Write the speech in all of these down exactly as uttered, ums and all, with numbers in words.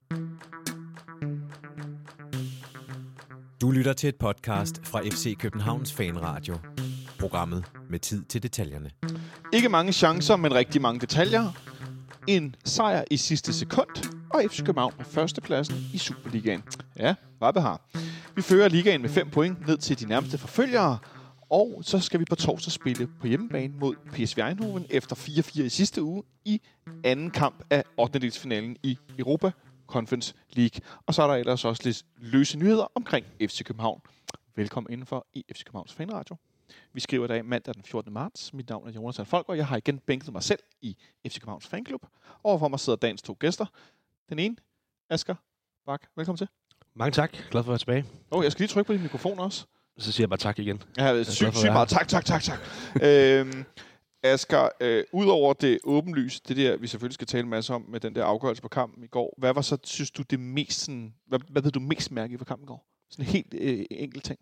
Du lytter til et podcast fra F C Københavns Fanradio. Programmet med tid til detaljerne. Ikke mange chancer, men rigtig mange detaljer. En sejr i sidste sekund, og F C København på førstepladsen i Superligaen. Ja, hvad vi har. Vi fører ligaen med fem point ned til de nærmeste forfølgere, og så skal vi på torsdag spille på hjemmebane mod P S V Eindhoven efter fire fire i sidste uge i anden kamp af ottendedelsfinalen i Europa Conference League. Og så er der ellers også lidt løse nyheder omkring F C København. Velkommen indenfor i F C Københavns Fanradio. Vi skriver i dag mandag den fjortende marts. Mit navn er Jonas Folker, og jeg har igen bænket mig selv i F C Københavns Fanklub. Overfor mig sidder dagens to gæster. Den ene, Asger Bak. Velkommen til. Mange tak. Glad for at være tilbage. Oh, jeg skal lige trykke på din mikrofon også. Så siger jeg bare tak igen. Ja, sygt, sygt meget. Tak, tak, tak, tak. øhm, Asger, øh, udover det åbenlyse, det der, vi selvfølgelig skal tale en masse om med den der afgørelse på kampen i går, hvad var så, synes du, det mest sådan, hvad, hvad ved du mest mærke i for kampen i går? Sådan en helt øh, enkelt ting.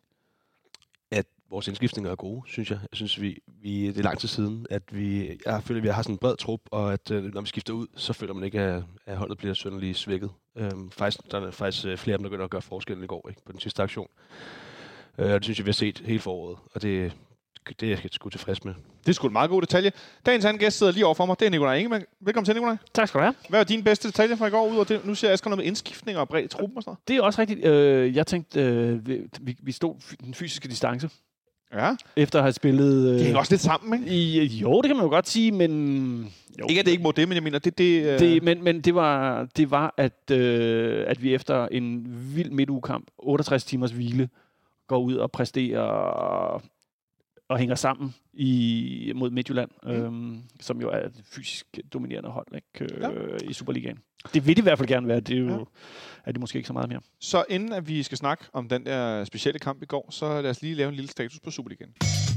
At vores indskiftninger er gode, synes jeg. Jeg synes, vi, vi det er lang tid siden, at vi, jeg føler, at vi har sådan en bred trup, og at øh, når vi skifter ud, så føler man ikke, at, at holdet bliver synderligt svækket. Øhm, faktisk, der er faktisk flere af dem, der begynder at gøre forskellen i går, ikke, på den sidste aktion. Øh, og det synes jeg, vi har set hele foråret, og det, det er jeg sgu tilfreds med. Det er sgu en meget god detalje. Dagens anden gæst sidder lige over for mig. Det er Nikolaj Ingemann. Velkommen til, Nikolaj. Tak skal du have. Hvad var din bedste detalje fra i går? Ud af det? Nu ser jeg Asger noget med indskiftninger og bredt truppen og sådan noget. Det er også rigtigt. Øh, jeg tænkte, øh, vi, vi stod den fysiske distance. Ja. Efter at have spillet... Øh, det hænger også lidt sammen, ikke? I, jo, det kan man jo godt sige, men... Jo. Ikke at det ikke må det, men jeg mener, det... det, øh... det men men det, var, det var, at, øh, at vi efter en vild midtugekamp, otteogtres timers hvile, går ud og præsterer og, og hænger sammen i, mod Midtjylland, mm. øhm, som jo er et fysisk dominerende hold, ikke, ja. øh, i Superligaen. Det vil det i hvert fald gerne være. Det er jo, ja. er det måske ikke så meget mere. Så inden at vi skal snakke om den der specielle kamp i går, så lad os lige lave en lille status på Superligaen.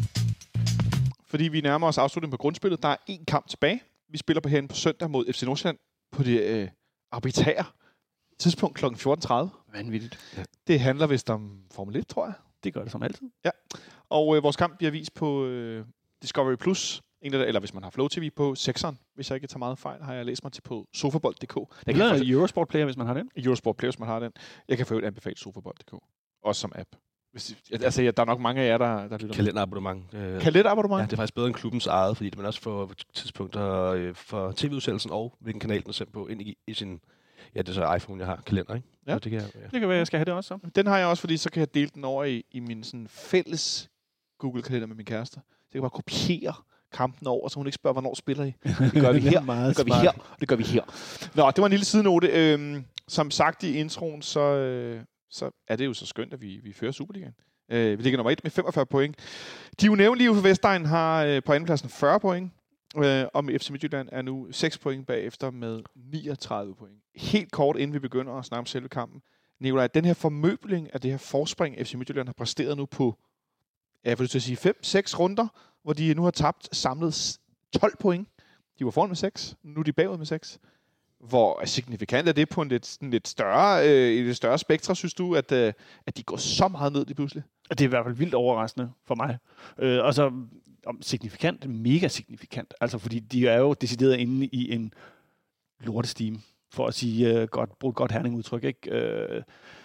Fordi vi nærmer os afslutningen på grundspillet. Der er én kamp tilbage. Vi spiller på herinde på søndag mod F C Nordsjælland på det øh, arbitrære tidspunkt klokken fjorten tredive. Vanvittigt. Ja. Det handler vist om Formel et, tror jeg. Det gør det som altid. Ja. Og øh, vores kamp bliver vist på øh, Discovery Plus, eller hvis man har Flow T V på sekseren. Hvis jeg ikke tager meget fejl, har jeg læst mig til på sofabold punktum d k. Eller faktisk... Eurosport Player, hvis man har den. Eurosport Player, hvis man har den. Jeg kan få et anbefale sofabold punktum d k. Også som app. Hvis, altså, ja, der er nok mange af jer, der, der lytter. Kalenderabonnement. Øh, Kalenderabonnement? Ja, det er faktisk bedre end klubbens eget, fordi man også får tidspunkter øh, for tv-udsendelsen og hvilken kanal den er sendt på ind i, i sin... Ja, det er så iPhone, jeg har kalender, ikke? Ja, det kan, jeg, ja. det kan være, jeg skal have det også. Så. Den har jeg også, fordi så kan jeg dele den over i, i min sådan fælles Google-kalender med min kæreste. Så jeg kan bare kopiere kampen over, så hun ikke spørger, hvornår spiller I. Det gør vi her, det gør vi her, det gør vi her. Nå, det var en lille sidenote. Øhm, som sagt i introen, så, øh, så er det jo så skønt, at vi, vi fører Superligaen. Øh, vi ligger nummer et med femogfyrre point. De unævnlige for Vestegn har øh, på andenpladsen fyrre point. Øh, og med F C Midtjylland er nu seks point bagefter med niogtredive point. Helt kort inden vi begynder at snakke om selve kampen. Nikolaj, den her formøbling af det her forspring, F C Midtjylland har præsteret nu på, jeg vil sige fem seks runder, hvor de nu har tabt samlet tolv point. De var foran med seks, nu er de bagud med seks. Hvor signifikant er det på en lidt, en lidt større, øh, et lidt større spektra, synes du, at, øh, at de går så meget ned lige pludselig? Det er i hvert fald vildt overraskende for mig. Øh, og så om signifikant, mega signifikant. Altså, fordi de er jo decideret inde i en lortestime, for at sige uh, godt, bruge et godt Herning-udtryk, ikke? Uh,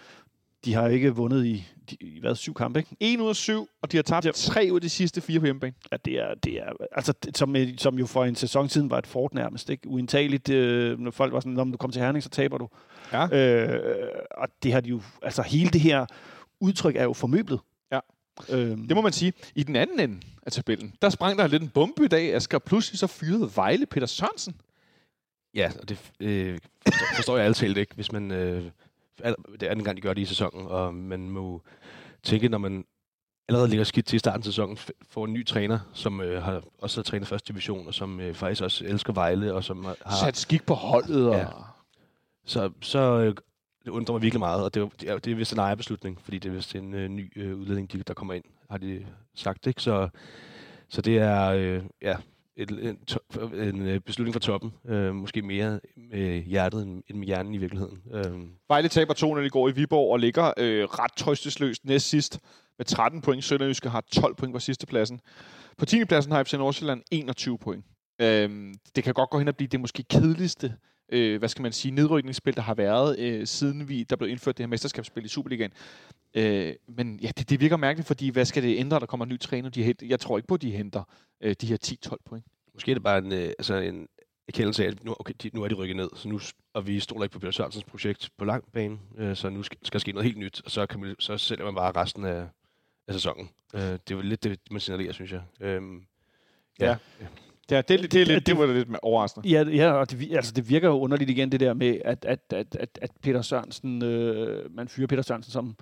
de har ikke vundet i, de, i hvad, syv kampe, ikke? En ud af syv, og de har tabt ja. tre ud af de sidste fire på hjemmebane. Ja, det er, det er altså, det, som, som jo for en sæson siden var et fort nærmest, ikke? Uindtageligt, øh, når folk var sådan, når du kommer til Herning, så taber du. Ja. Øh, og det har de jo, altså hele det her udtryk er jo formøblet. Ja. Øhm. Det må man sige. I den anden ende af tabellen, der sprang der lidt en bombe i dag. Asger, pludselig så fyrede Vejle Peter Sørensen. Ja, og det øh, forstår, forstår jeg altid ikke, hvis man... Øh, det er anden gang, de gør det i sæsonen, og man må tænke, når man allerede ligger skidt til i starten af sæsonen, får en ny træner, som øh, har også har trænet første division, og som øh, faktisk også elsker Vejle, og som har... Sat skik på holdet, og... Ja. Så, så øh, det undrer mig virkelig meget, og det er, det er, det er vist en ejerbeslutning, fordi det er vist en øh, ny øh, udledning, der kommer ind, har de sagt, ikke? Så, så det er, øh, ja... Et, en, to, en beslutning fra toppen. Øh, måske mere med hjertet end, end med hjernen i virkeligheden. Øh. Vejle taber to nul i går i Viborg og ligger øh, ret trøstesløst næst sidst med tretten point. Sønderjyske har tolv point på sidstepladsen. På tiende pladsen har F C Nordsjælland enogtyve point. Øh, det kan godt gå hen og blive det måske kedeligste øh, hvad skal man sige, nedrykningsspil, der har været, øh, siden vi der blev indført det her mesterskabsspil i Superligaen. Øh, men ja, det, det virker mærkeligt, fordi hvad skal det ændre, der kommer en ny træner? De henter, jeg tror ikke på, at de henter øh, de her ti tolv point. Måske er det bare en, øh, altså en erkendelse af, at nu, okay, de, nu er de rykket ned, så nu, og vi stoler ikke på Peter Sørensens projekt på lang bane, øh, så nu skal, skal ske noget helt nyt, og så, kan man, så sælger man bare resten af, af sæsonen. Øh, det er jo lidt det, man signalerer, synes jeg. Øh, ja. ja. Ja, det, det, det, det, det, det var lidt overraskende. Ja, ja, og det, altså, det virker jo underligt igen, det der med, at, at, at, at, at Peter Sørensen, øh, man fyrer Peter Sørensen, som,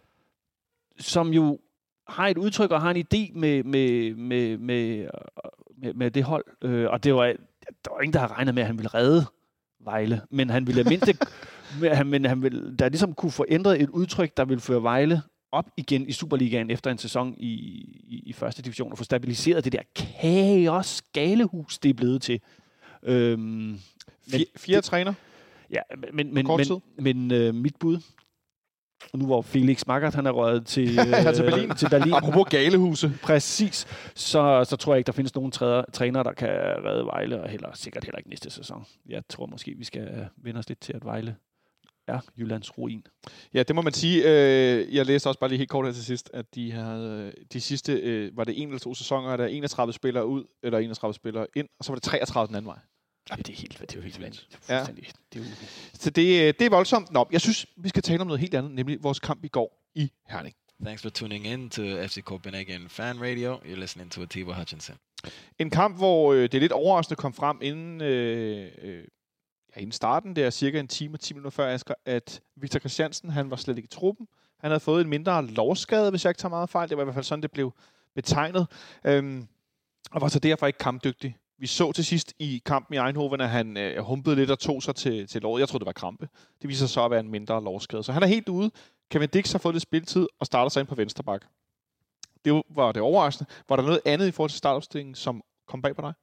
som jo har et udtryk og har en idé med, med, med, med, med, med det hold. Øh, og det var, der var ingen, der har regnet med, at han ville redde Vejle, men han ville mindst men han ville, der ligesom kunne få ændret et udtryk, der ville føre Vejle op igen i Superligaen efter en sæson i, i, i første division, og få stabiliseret det der kaos, galehus, det er blevet til. Øhm, fire fire det, træner? Ja, men, men, men, men øh, mit bud, nu hvor Felix Magath, han er røget til, øh, til Berlin. til Berlin. Apropos galehuse. Præcis. Så, så tror jeg ikke, der findes nogen træder, træner, der kan redde Vejle, og heller, sikkert heller ikke næste sæson. Jeg tror måske, vi skal vende os lidt til, at Vejle er Jyllands ruin. Ja, det må man sige. Jeg læste også bare lige helt kort her til sidst, at de havde de sidste, var det en eller to sæsoner, der er enogtredive spillere ud, eller enogtredive spillere ind, og så var det treogtredive den anden vej. Ja, det er helt, det er jo helt vildt. Ja. Det er så det, det er voldsomt. Nå, jeg synes, vi skal tale om noget helt andet, nemlig vores kamp i går i Herning. Thanks for tuning in to F C Copenhagen Fan Radio. You're listening to Atiba Hutchinson. En kamp, hvor øh, det er lidt overraskende kom frem inden, øh, øh, ja, inden starten, der cirka en time og ti minutter før, Asger, at Victor Christiansen, han var slet ikke i truppen. Han havde fået en mindre lovskade, hvis jeg ikke tager meget fejl. Det var i hvert fald sådan, det blev betegnet. Øhm, og var så derfor ikke kampdygtig. Vi så til sidst i kampen i Eindhoven, at han øh, humpede lidt og tog sig til, til låret. Jeg troede, det var krampe. Det viser sig så at være en mindre lovskade. Så han er helt ude. Kevin Dix har fået lidt spilletid og starter sig ind på venstre bak. Det var det overraskende. Var der noget andet i forhold til startopstillingen, som kom bag på dig?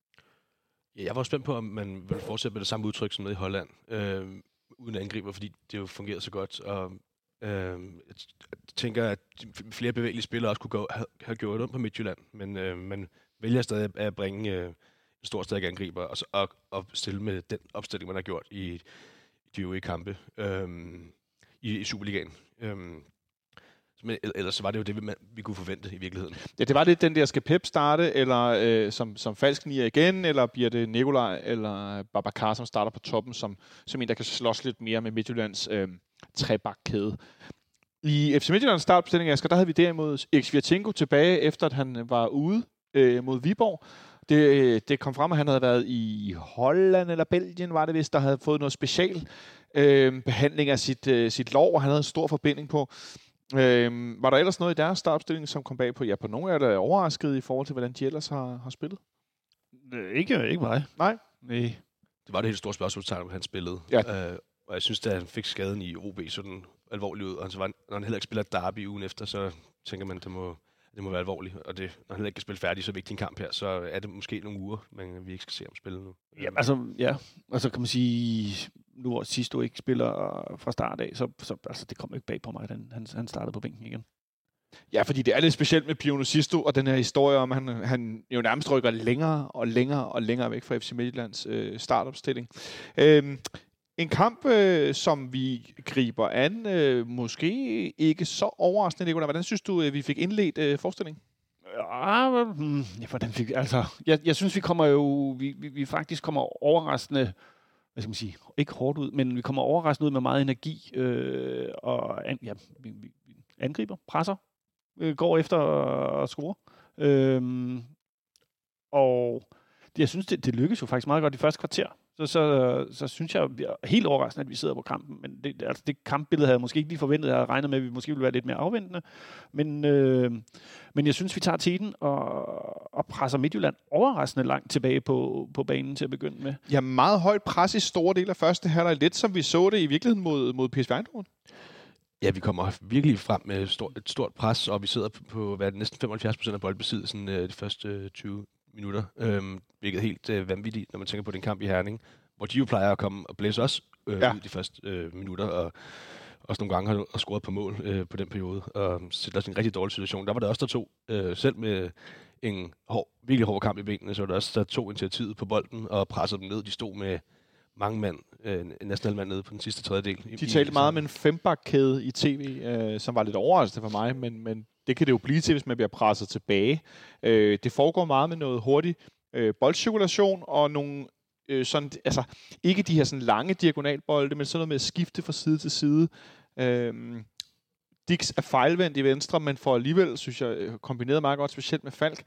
Ja, jeg var spændt på, om man ville fortsætte med det samme udtryk som nede i Holland, øh, uden angriber, fordi det jo fungerede så godt. Og øh, jeg tænker, at flere bevægelige spillere også kunne gå, have, have gjort det på Midtjylland, men øh, man vælger stadig at bringe øh, en stor stærk angriber og, og, og stille med den opstilling, man har gjort i de øvrige kampe øh, i, i Superligaen. Øh, Men ellers var det jo det, vi, vi kunne forvente i virkeligheden. Ja, det var lidt den der, skal Pep starte, eller øh, som, som falsk nier igen, eller bliver det Nikolaj eller Babacar, som starter på toppen, som, som en, der kan slås lidt mere med Midtjyllands øh, trebakkæde. I F C Midtjyllands startopstilling, Asger, der havde vi derimod Erik Svirchenko tilbage, efter at han var ude øh, mod Viborg. Det, det kom frem, at han havde været i Holland eller Belgien, var det vist, der havde fået noget special øh, behandling af sit, øh, sit lår, og han havde en stor forbinding på. Øhm, var der ellers noget i deres startopstilling, som kom bag på? Ja, på nogle af jer, der er overrasket i forhold til, hvordan de ellers har, har spillet? Ikke, ikke mig. Nej. Nej. Det var det helt store spørgsmålstegn, om han spillede. Ja. Øh, og jeg synes, at han fik skaden i O B sådan alvorligt ud. Og så var, når han heller ikke spiller derby ugen efter, så tænker man, at det må, det må være alvorligt. Og det, når han heller ikke kan spille færdig så vigtig en kamp her, så er det måske nogle uger, men vi ikke skal se ham spille nu. Ja, altså, ja. Altså kan man sige, nu hvor Sisto ikke spiller fra start af, så, så altså, det kom ikke bag på mig, at han, han startede på bænken igen. Ja, fordi det er lidt specielt med Piono Sisto, og den her historie om, at han, han jo nærmest rykker længere og længere og længere væk fra F C Midtjyllands øh, startopstilling. Øhm, en kamp, øh, som vi griber an, øh, måske ikke så overraskende, Nicolai. Hvordan synes du, øh, vi fik indledt øh, forestillingen? Ja, hmm, ja, hvordan fik, altså, jeg, jeg synes, vi kommer jo, vi, vi, vi faktisk kommer overraskende, hvad skal man sige, ikke hårdt ud, men vi kommer overraskende ud med meget energi, øh, og an, ja, vi, vi angriber, presser, øh, går efter at score. Øh, og det, jeg synes, det, det lykkes jo faktisk meget godt i første kvarter. Så, så, så synes jeg, det er helt overraskende, at vi sidder på kampen. Men det, altså det kampbillede havde jeg måske ikke lige forventet. Jeg havde regnet med, at vi måske ville være lidt mere afventende. Men, øh, men jeg synes, vi tager tiden og, og presser Midtjylland overraskende langt tilbage på, på banen til at begynde med. Ja, meget højt pres i store dele af første halvleg. Lidt som vi så det i virkeligheden mod, mod P S V Eindhoven. Ja, vi kommer virkelig frem med et stort, et stort pres, og vi sidder på hvad er det, næsten femoghalvfjerds procent af boldbesiddelsen øh, de første tyve minutter, øhm, hvilket er helt øh, vanvittigt, når man tænker på den kamp i Herning, hvor de jo plejer at komme og blæse os øh, ja. ud de første øh, minutter, og også nogle gange har scoret på mål øh, på den periode, og sætter os i en rigtig dårlig situation. Der var der også der to, øh, selv med en hård, virkelig hård kamp i benene, så var der også der tog initiativet på bolden og pressede dem ned. De stod med mange mand, øh, næsten mand nede på den sidste tredjedel. De talte meget om en fembakkæde i tv, øh, som var lidt overraskende for mig, men, men det kan det jo blive til, hvis man bliver presset tilbage. Øh, det foregår meget med noget hurtig øh, boldcirkulation og nogle øh, sådan, altså ikke de her sådan lange diagonalbolde, men sådan noget med at skifte fra side til side. Øh, Dix er fejlvendt i venstre, men får alligevel, synes jeg, kombineret meget godt, specielt med Falk.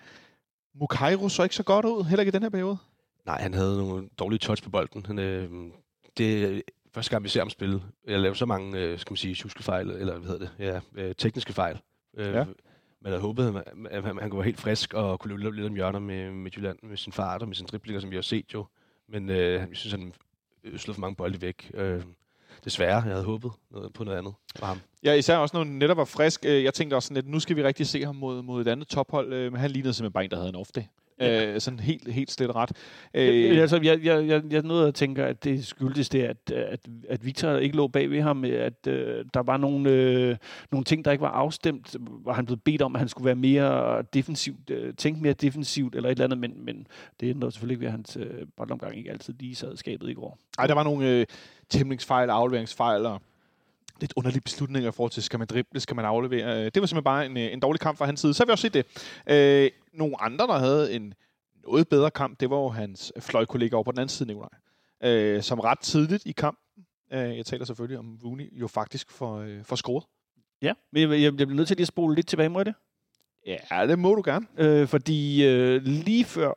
Mukairo så ikke så godt ud, heller ikke i den her periode. Nej, han havde nogle dårlige touch på bolden. Han, øh, det er første gang, vi ser ham spille. Jeg lavede så mange, øh, skal man sige, tjuskefejl, eller hvad hedder det, ja, øh, tekniske fejl. Øh, ja. Man havde håbet, at, at han, han kunne være helt frisk og kunne løbe lidt om hjørner med Midtjylland, med sin fart og med sine driblinger, som vi har set jo. Men øh, jeg synes, han slog for mange bolde væk. Øh, desværre, jeg havde håbet noget, på noget andet fra ham. Ja, især også når han netop var frisk. Jeg tænkte også sådan lidt, nu skal vi rigtig se ham mod, mod et andet tophold, men han lignede simpelthen bare en, der havde en off-day. Ja. Øh, sådan helt, helt slet ret. Øh, ja, altså, jeg, jeg, jeg, jeg nåede at tænke, at det skyldes det, at, at, at Victor ikke lå bag ved ham, at øh, der var nogle, øh, nogle ting, der ikke var afstemt, hvor han blev bedt om, at han skulle være mere defensivt, øh, tænke mere defensivt, eller et eller andet, men, men det ændrede selvfølgelig ikke ved, at hans øh, boldomgang ikke altid lige sad skabet i går. Ej, der var nogle øh, tæmningsfejl, afleveringsfejl, og lidt underlige beslutninger i forhold til, skal man drible, skal man aflevere. Det var simpelthen bare en, en dårlig kamp fra hans side. Så har vi også set det. Øh, nogle andre, der havde en noget bedre kamp, det var jo hans fløjkollega over på den anden side, Nikolaj. Øh, som ret tidligt i kampen, øh, jeg taler selvfølgelig om Rooney, jo faktisk for, øh, for scoret. Ja, men jeg, jeg, jeg bliver nødt til lige at spole lidt tilbage mod det. Ja, det må du gerne. Øh, fordi øh, lige før,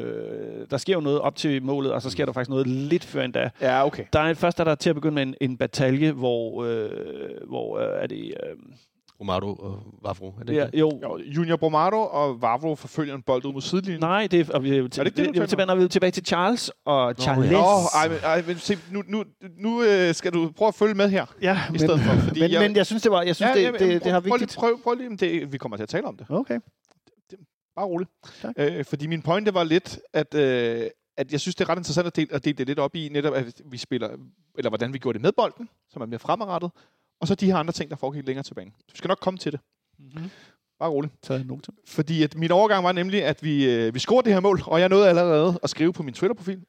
øh, der sker jo noget op til målet, og så sker der faktisk noget lidt før endda. Ja, okay. Der er først er der til at begynde med en, en batalje, hvor, øh, hvor øh, er det... Øh, Romado og Vavro, er det ja, ikke? jo. jo. Junior Bromado og Vavro forfølger en bold ud mod sidelinjen. Nej, det er... Og vi er, jo til, er det, det, det, det, tilbage, når vi er tilbage til Charles og Nå, Charles. Ja. Oh, ej, men, ej, men se, nu, nu, nu øh, skal du prøve at følge med her. Ja, i stedet men, for. Fordi men, jeg, men jeg synes, det var... Jeg synes, ja, det, jamen, det, det, det har vigtigt. Prøv, prøv, prøv lige, det, vi kommer til at tale om det. Okay. Bare roligt. Øh, fordi min pointe var lidt, at, øh, at jeg synes, det er ret interessant at dele, at dele det lidt op i, netop at vi spiller, eller hvordan vi gjorde det med bolden, som er mere fremadrettet, og så de her andre ting, der foregik længere til banen. Så vi skal nok komme til det. Mm-hmm. Bare roligt. Så note. Fordi at min overgang var nemlig, at vi, øh, vi scorede det her mål, og jeg nåede allerede at skrive på min Twitter-profil,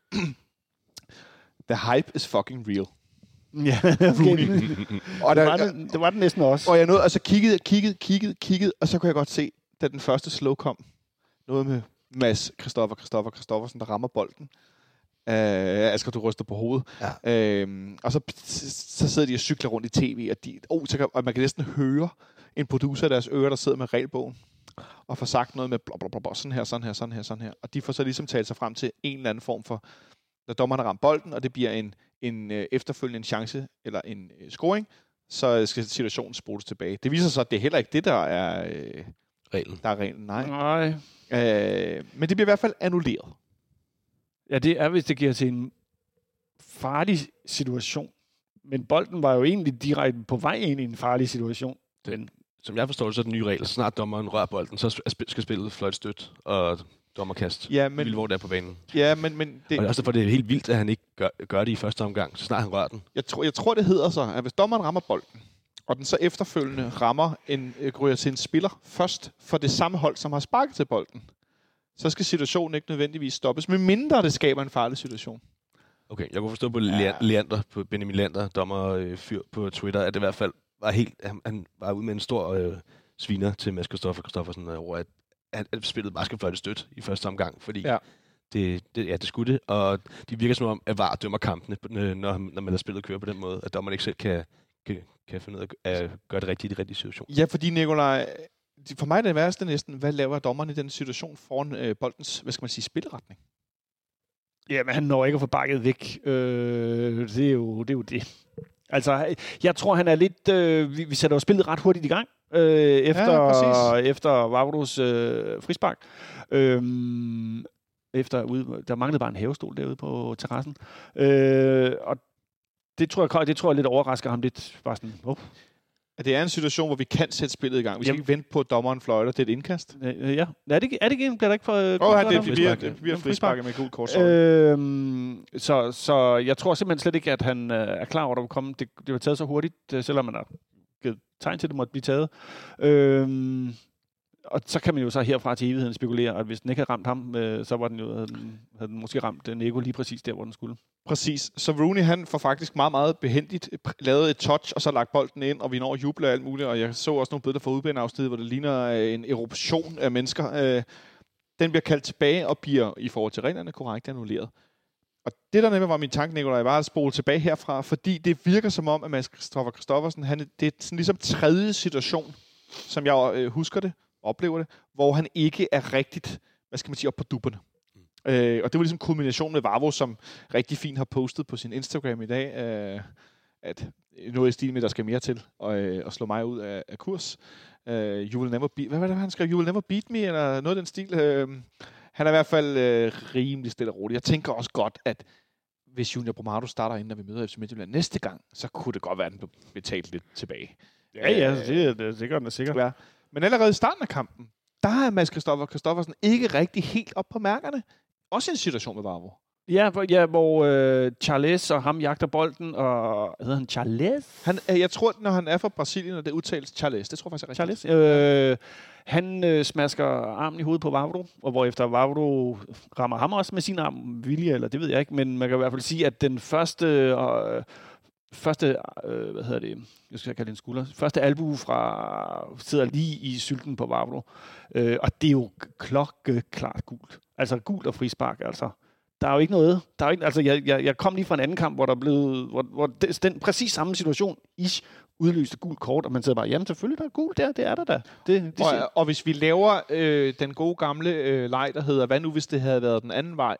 The hype is fucking real. Ja, okay. og der, det, var det, det var det næsten også. Og jeg nåede, og så kiggede, kiggede, kiggede, kiggede, og så kunne jeg godt se, da den første slow kom, noget med Mads Christoffer, Christoffer, Christoffersen, der rammer bolden. Uh, Asger, du ryster på hovedet. Ja. Uh, og så, så sidder de og cykler rundt i tv, og, de, oh, så kan, og man kan næsten høre en producer af deres ører, der sidder med regelbogen, og får sagt noget med blablabla, sådan her, sådan her, sådan her, sådan her. Og de får så ligesom talt sig frem til en eller anden form for, når dommerne rammer bolden, og det bliver en, en uh, efterfølgende en chance, eller en uh, scoring, så skal situationen spoles tilbage. Det viser sig, at det er heller ikke det, der er... Uh, reglen. Der er reglen, nej. Nej. Øh, men det bliver i hvert fald annulleret. Ja, det er, hvis det giver til en farlig situation. Men bolden var jo egentlig direkte på vej ind i en farlig situation. Det, men som jeg forstår det, så er den nye regel. Så snart dommeren rører bolden, så skal spillet fløjt stødt og dommerkast. Ja, men... Hvor det er på banen. Ja, men... men det... Og det er også derfor, det er helt vildt, at han ikke gør, gør det i første omgang, så snart han rører den. Jeg tror, jeg tror, det hedder så, at hvis dommeren rammer bolden, og den så efterfølgende rammer en, ryger til en spiller først for det samme hold, som har sparket til bolden, så skal situationen ikke nødvendigvis stoppes, medmindre det skaber en farlig situation. Okay, jeg kunne forstå på ja. Leander, på Benjamin Leander, dommerfyr på Twitter, at det i hvert fald var helt, han, han var ude med en stor øh, sviner til Mads Christoffer Christoffersen, over at, at, at spillet bare skal fløjte stødt i første omgang, fordi ja. Det, det, ja, det skulle det, og de virker som om, at V A R dømmer kampene, når, når man lader spillet køre på den måde, at dommeren ikke selv kan, kan, kan finde ud af at gøre det rigtigt i de rigtige situationer. Ja, fordi Nikolaj, for mig er det værste næsten, hvad laver dommeren i den situation foran øh, boldens, hvad skal man sige, spilleretning? Ja, men han når ikke at få bakket væk. Øh, det, er jo, det er jo det. Altså, jeg tror, han er lidt... Øh, vi, vi sætter jo spillet ret hurtigt i gang, øh, efter, ja, efter Vavros øh, frispark. Øh, efter ude, der manglede bare en havestol derude på terrassen. Øh, og det tror, jeg, det tror jeg lidt overrasker ham lidt. Bare sådan, oh. Det er en situation, hvor vi kan sætte spillet i gang. Vi skal Jamen. ikke vente på, at dommeren fløjter. Det er et indkast. Øh, ja. Er det, er det ikke? Bliver der ikke for... Åh, oh, det, det bliver, det bliver frisparket med gul kort. Øhm, så, så jeg tror simpelthen slet ikke, at han øh, er klar over, at der vil komme. Det, det var taget så hurtigt, selvom man har givet tegn til, at det måtte blive taget. Øhm, og så kan man jo så herfra til evigheden spekulere, at hvis den ikke havde ramt ham, øh, så var den jo, havde den, havde den måske ramt Neko lige præcis der, hvor den skulle. Præcis. Så Rooney, han får faktisk meget, meget behendigt lavet et touch, og så lagt bolden ind, og vi når at juble og alt muligt. Og jeg så også nogle billeder fra udbaneafsnittet, hvor det ligner en eruption af mennesker. Den bliver kaldt tilbage og bliver i forhold til reglerne korrekt annulleret. Og det der nemlig var min tanke, Nikolaj, var at spole tilbage herfra, fordi det virker som om, at Mads Christoffer Christoffersen, han, det er sådan ligesom tredje situation, som jeg øh, husker det, oplever det, hvor han ikke er rigtigt, hvad skal man sige, op på dupperne. Mm. Øh, og det var ligesom kulmination med Vavro, som rigtig fint har postet på sin Instagram i dag, øh, at noget i stil med, der skal mere til, og, øh, at slå mig ud af, af kurs. Øh, you will never beat, hvad var det, han skrev? You will never beat me, eller noget af den stil. Øh, han er i hvert fald øh, rimelig stille og rolig. Jeg tænker også godt, at hvis Junior Brumado starter inden, når vi møder F C Midtjylland næste gang, så kunne det godt være, at den blev betalt lidt tilbage. Ja, ja, det, det, det gør den sikkert. Ja. Men allerede i starten af kampen, der er Mads Christoffer Christoffersen ikke rigtig helt op på mærkerne. Også en situation med Vavro. Ja, hvor, ja, hvor øh, Charles og ham jagter bolden, og hedder han Charles? Han, jeg tror, når han er fra Brasilien, og det udtales Charles. Det tror jeg faktisk er rigtigt. Charles. Øh, han øh, smasker armen i hovedet på Vavro, og hvorefter Vavro rammer ham også med sin arm vilje, eller det ved jeg ikke, men man kan i hvert fald sige, at den første... Øh, første, øh, hvad hedder det, jeg skal kalde det en skulder, første albue fra, sidder lige i sylten på Vavro. Øh, og det er jo klokkeklart gult. Altså gult og frispark, altså. Der er jo ikke noget. Der er ikke, altså, jeg, jeg, jeg kom lige fra en anden kamp, hvor der blev, hvor, hvor det, den præcis samme situation, ish, udløste gult kort, og man sidder bare, jamen selvfølgelig, der er gult der, det er der da. Det, det og, og hvis vi laver øh, den gode gamle øh, leg, der hedder, hvad nu hvis det havde været den anden vej?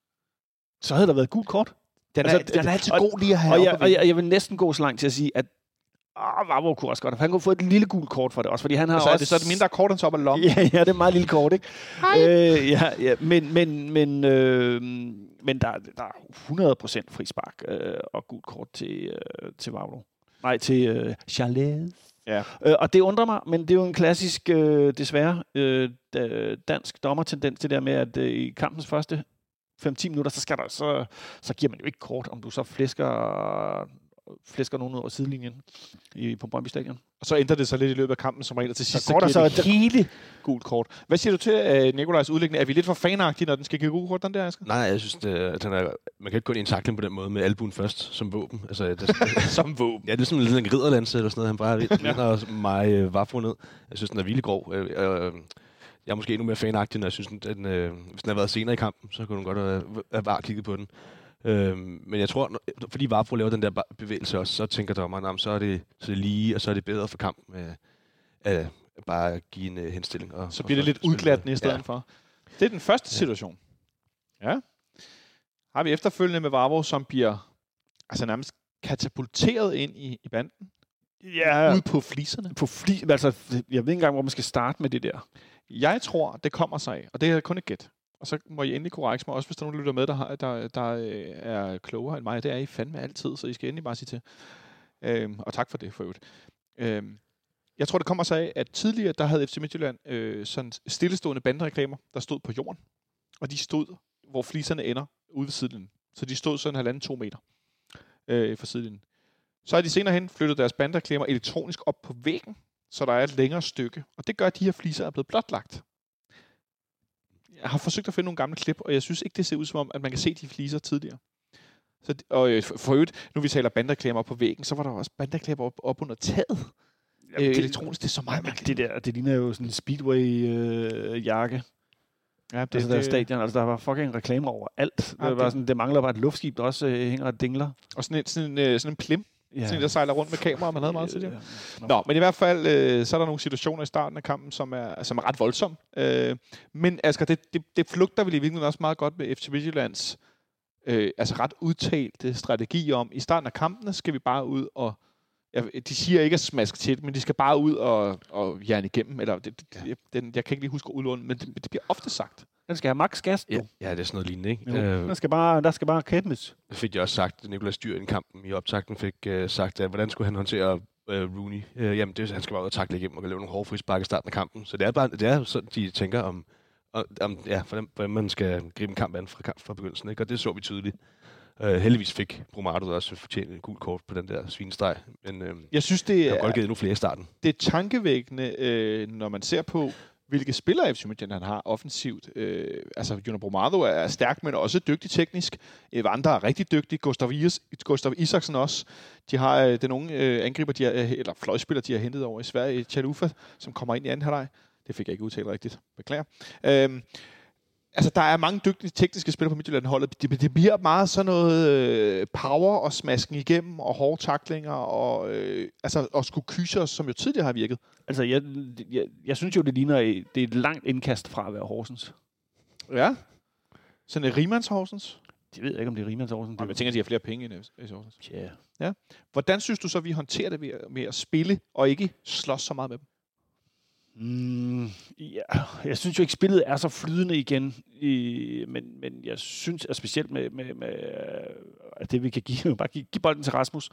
Så havde der været gult kort. Den er, altså, den er altid og, god lige at have. Og, jeg, og jeg, jeg vil næsten gå så langt til at sige, at ah, Vavro kunne også godt. Han kunne få et lille gult kort for det også, fordi han har og så også... Er det så er det mindre kort, han så op af lommen? Ja, ja, det er meget lille kort, ikke? Øh, ja, ja, men men, men, øh, men der, der er hundrede procent frispark øh, og gult kort til, øh, til Vavro. Nej, til øh, Charles. Ja. Øh, og det undrer mig, men det er jo en klassisk, øh, desværre, øh, dansk dommertendens, det der med, at øh, i kampens første fem til ti minutter, så, skal der, så, så giver man jo ikke kort, om du så flæsker, flæsker nogen ud over sidelinjen i, på Brøndby Stadion. Og så ændrer det sig lidt i løbet af kampen som regel, og til sidst så går der så det hele gult kort. Hvad siger du til uh, Nikolajs udlægning? Er vi lidt for fanagtige, når den skal give gult kort, den der, Asger? Nej, jeg synes, det, at den er, man kan ikke gå ind i en tackling på den måde med albuen først som våben. Altså, det, som våben? Ja, det er sådan en lille ridderlandse eller sådan noget. Han bare vinder mig øh, Vafro ned. Jeg synes, den er vildt grov. Øh, øh, Jeg er måske endnu mere fanagtig, når jeg synes, den, øh, hvis den havde været senere i kampen, så kunne den godt have, have bare kigget på den. Øh, men jeg tror, når, fordi Vavro laver den der bevægelse også, så tænker dommeren, så er det, så er det lige, og så er det bedre for kampen øh, at bare give en øh, henstilling. Og, så bliver det lidt udglattende i stedet ja. for. Det er den første ja. situation. Ja. Har vi efterfølgende med Vavro, som bliver altså nærmest katapulteret ind i, i banden. Ja. Ude på fliserne. På fli- altså, jeg ved ikke engang, hvor man skal starte med det der. Jeg tror, det kommer sig af, og det er kun et gæt. Og så må I endelig korrekse mig, også hvis der er nogen, der lytter med, der, har, der, der er klogere end mig. Det er I fandme altid, så I skal endelig bare sige til. Øhm, og tak for det, for øvrigt. Øhm, jeg tror, det kommer sig af, at tidligere, der havde F C Midtjylland øh, sådan stillestående bandereklamer, der stod på jorden. Og de stod, hvor fliserne ender, ude ved sidelinjen. Så de stod sådan halvanden to meter øh, fra sidelinjen. Så har de senere hen flyttet deres bandereklamer elektronisk op på væggen, så der er et længere stykke. Og det gør, at de her fliser er blevet blotlagt. Jeg har forsøgt at finde nogle gamle klip, og jeg synes ikke, det ser ud som om, at man kan se de fliser tidligere. Så, og for øvrigt, nu vi taler bandreklamer på væggen, så var der også bandreklamer op, op under taget. Jamen, øh, elektronisk, det er så meget mærkeligt. Det der, det ligner jo sådan en Speedway-jakke. Øh, ja, det, altså, der det, stadion, altså der var fucking reklamer over alt. Ja, det, var sådan, det mangler bare et luftskib, der også øh, hænger og dingler. Og sådan en, sådan en, sådan en plim. Ja. Sådan en, der sejler rundt med kamera, man havde meget til det. Nå, men i hvert fald, øh, så er der nogle situationer i starten af kampen, som er, som er ret voldsomme. Øh, men Asger, det, det, det flugter vel i virkeligheden også meget godt med F C Midtjyllands øh, altså ret udtalte strategi om, i starten af kampene skal vi bare ud og, ja, de siger ikke at smaske til, men de skal bare ud og, og jern igennem. Eller, det, det, den, jeg kan ikke lige huske udlånen, men det, det bliver ofte sagt. Den skal have max gas. Ja, ja, det er sådan noget lignende, ikke? Jo, øh, der skal bare, der skal bare kæmpes. Det fik jeg også sagt. Nikolaj Styr i kampen i optakten fik uh, sagt, at hvordan skulle han håndtere uh, Rooney? Uh, jamen, det, han skal bare ud og takle igennem og lave nogle hårde frispark i starten af kampen. Så det er bare, det er sådan, de tænker om, om ja, hvordan, hvordan man skal gribe en kamp an fra, kamp fra begyndelsen, ikke? Og det så vi tydeligt. Uh, heldigvis fik Brumado også fortjent en gul kort på den der svinestreg. Men uh, jeg synes, det er godt givet endnu flere i starten. Det er tankevækkende, øh, når man ser på, hvilke spillere F C Midtjylland han har offensivt. Øh, altså, Junior Brumado er stærk, men også dygtig teknisk. Evander er rigtig dygtig. Gustav, Is- Gustav Isaksen også. De har øh, den unge øh, angriber, de har, eller fløjspiller, de har hentet over i Sverige, Chalufa, som kommer ind i anden halvleg. Det fik jeg ikke udtalt rigtigt. Beklager. Øh, Altså, der er mange dygtige tekniske spillere på Midtjylland-holdet. Det, det bliver meget sådan noget øh, power og smasken igennem, og hårde tacklinger, og, øh, altså, og skulle kyse os, som jo tidligere har virket. Altså, jeg, jeg, jeg synes jo, det ligner, det er et langt indkast fra at være Horsens. Ja. Sådan et Riemanns Horsens? Jeg ved ikke, om det er Riemanns Horsens. Jeg tænker, at de har flere penge end F C Horsens. Yeah. Ja. Hvordan synes du så, vi håndterer det med at spille, og ikke slås så meget med dem? Mm, ja, jeg synes jo ikke, spillet er så flydende igen, i, men, men jeg synes, at specielt med, med, med at det vi kan give, bare give, give bolden til Rasmus.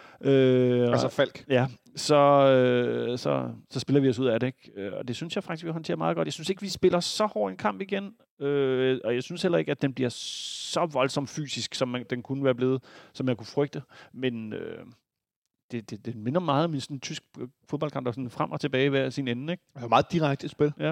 Øh, altså Falk. Ja, så, øh, så, så spiller vi os ud af det, ikke? Og det synes jeg faktisk, vi håndterer meget godt. Jeg synes ikke, vi spiller så hård en kamp igen, øh, og jeg synes heller ikke, at den bliver så voldsomt fysisk, som man, den kunne være blevet, som jeg kunne frygte. Men øh, det, det, det minder meget om en sådan tysk fodboldkamp, der sådan frem og tilbage hver sin ende, ikke? Det er meget direkte et spil. Ja.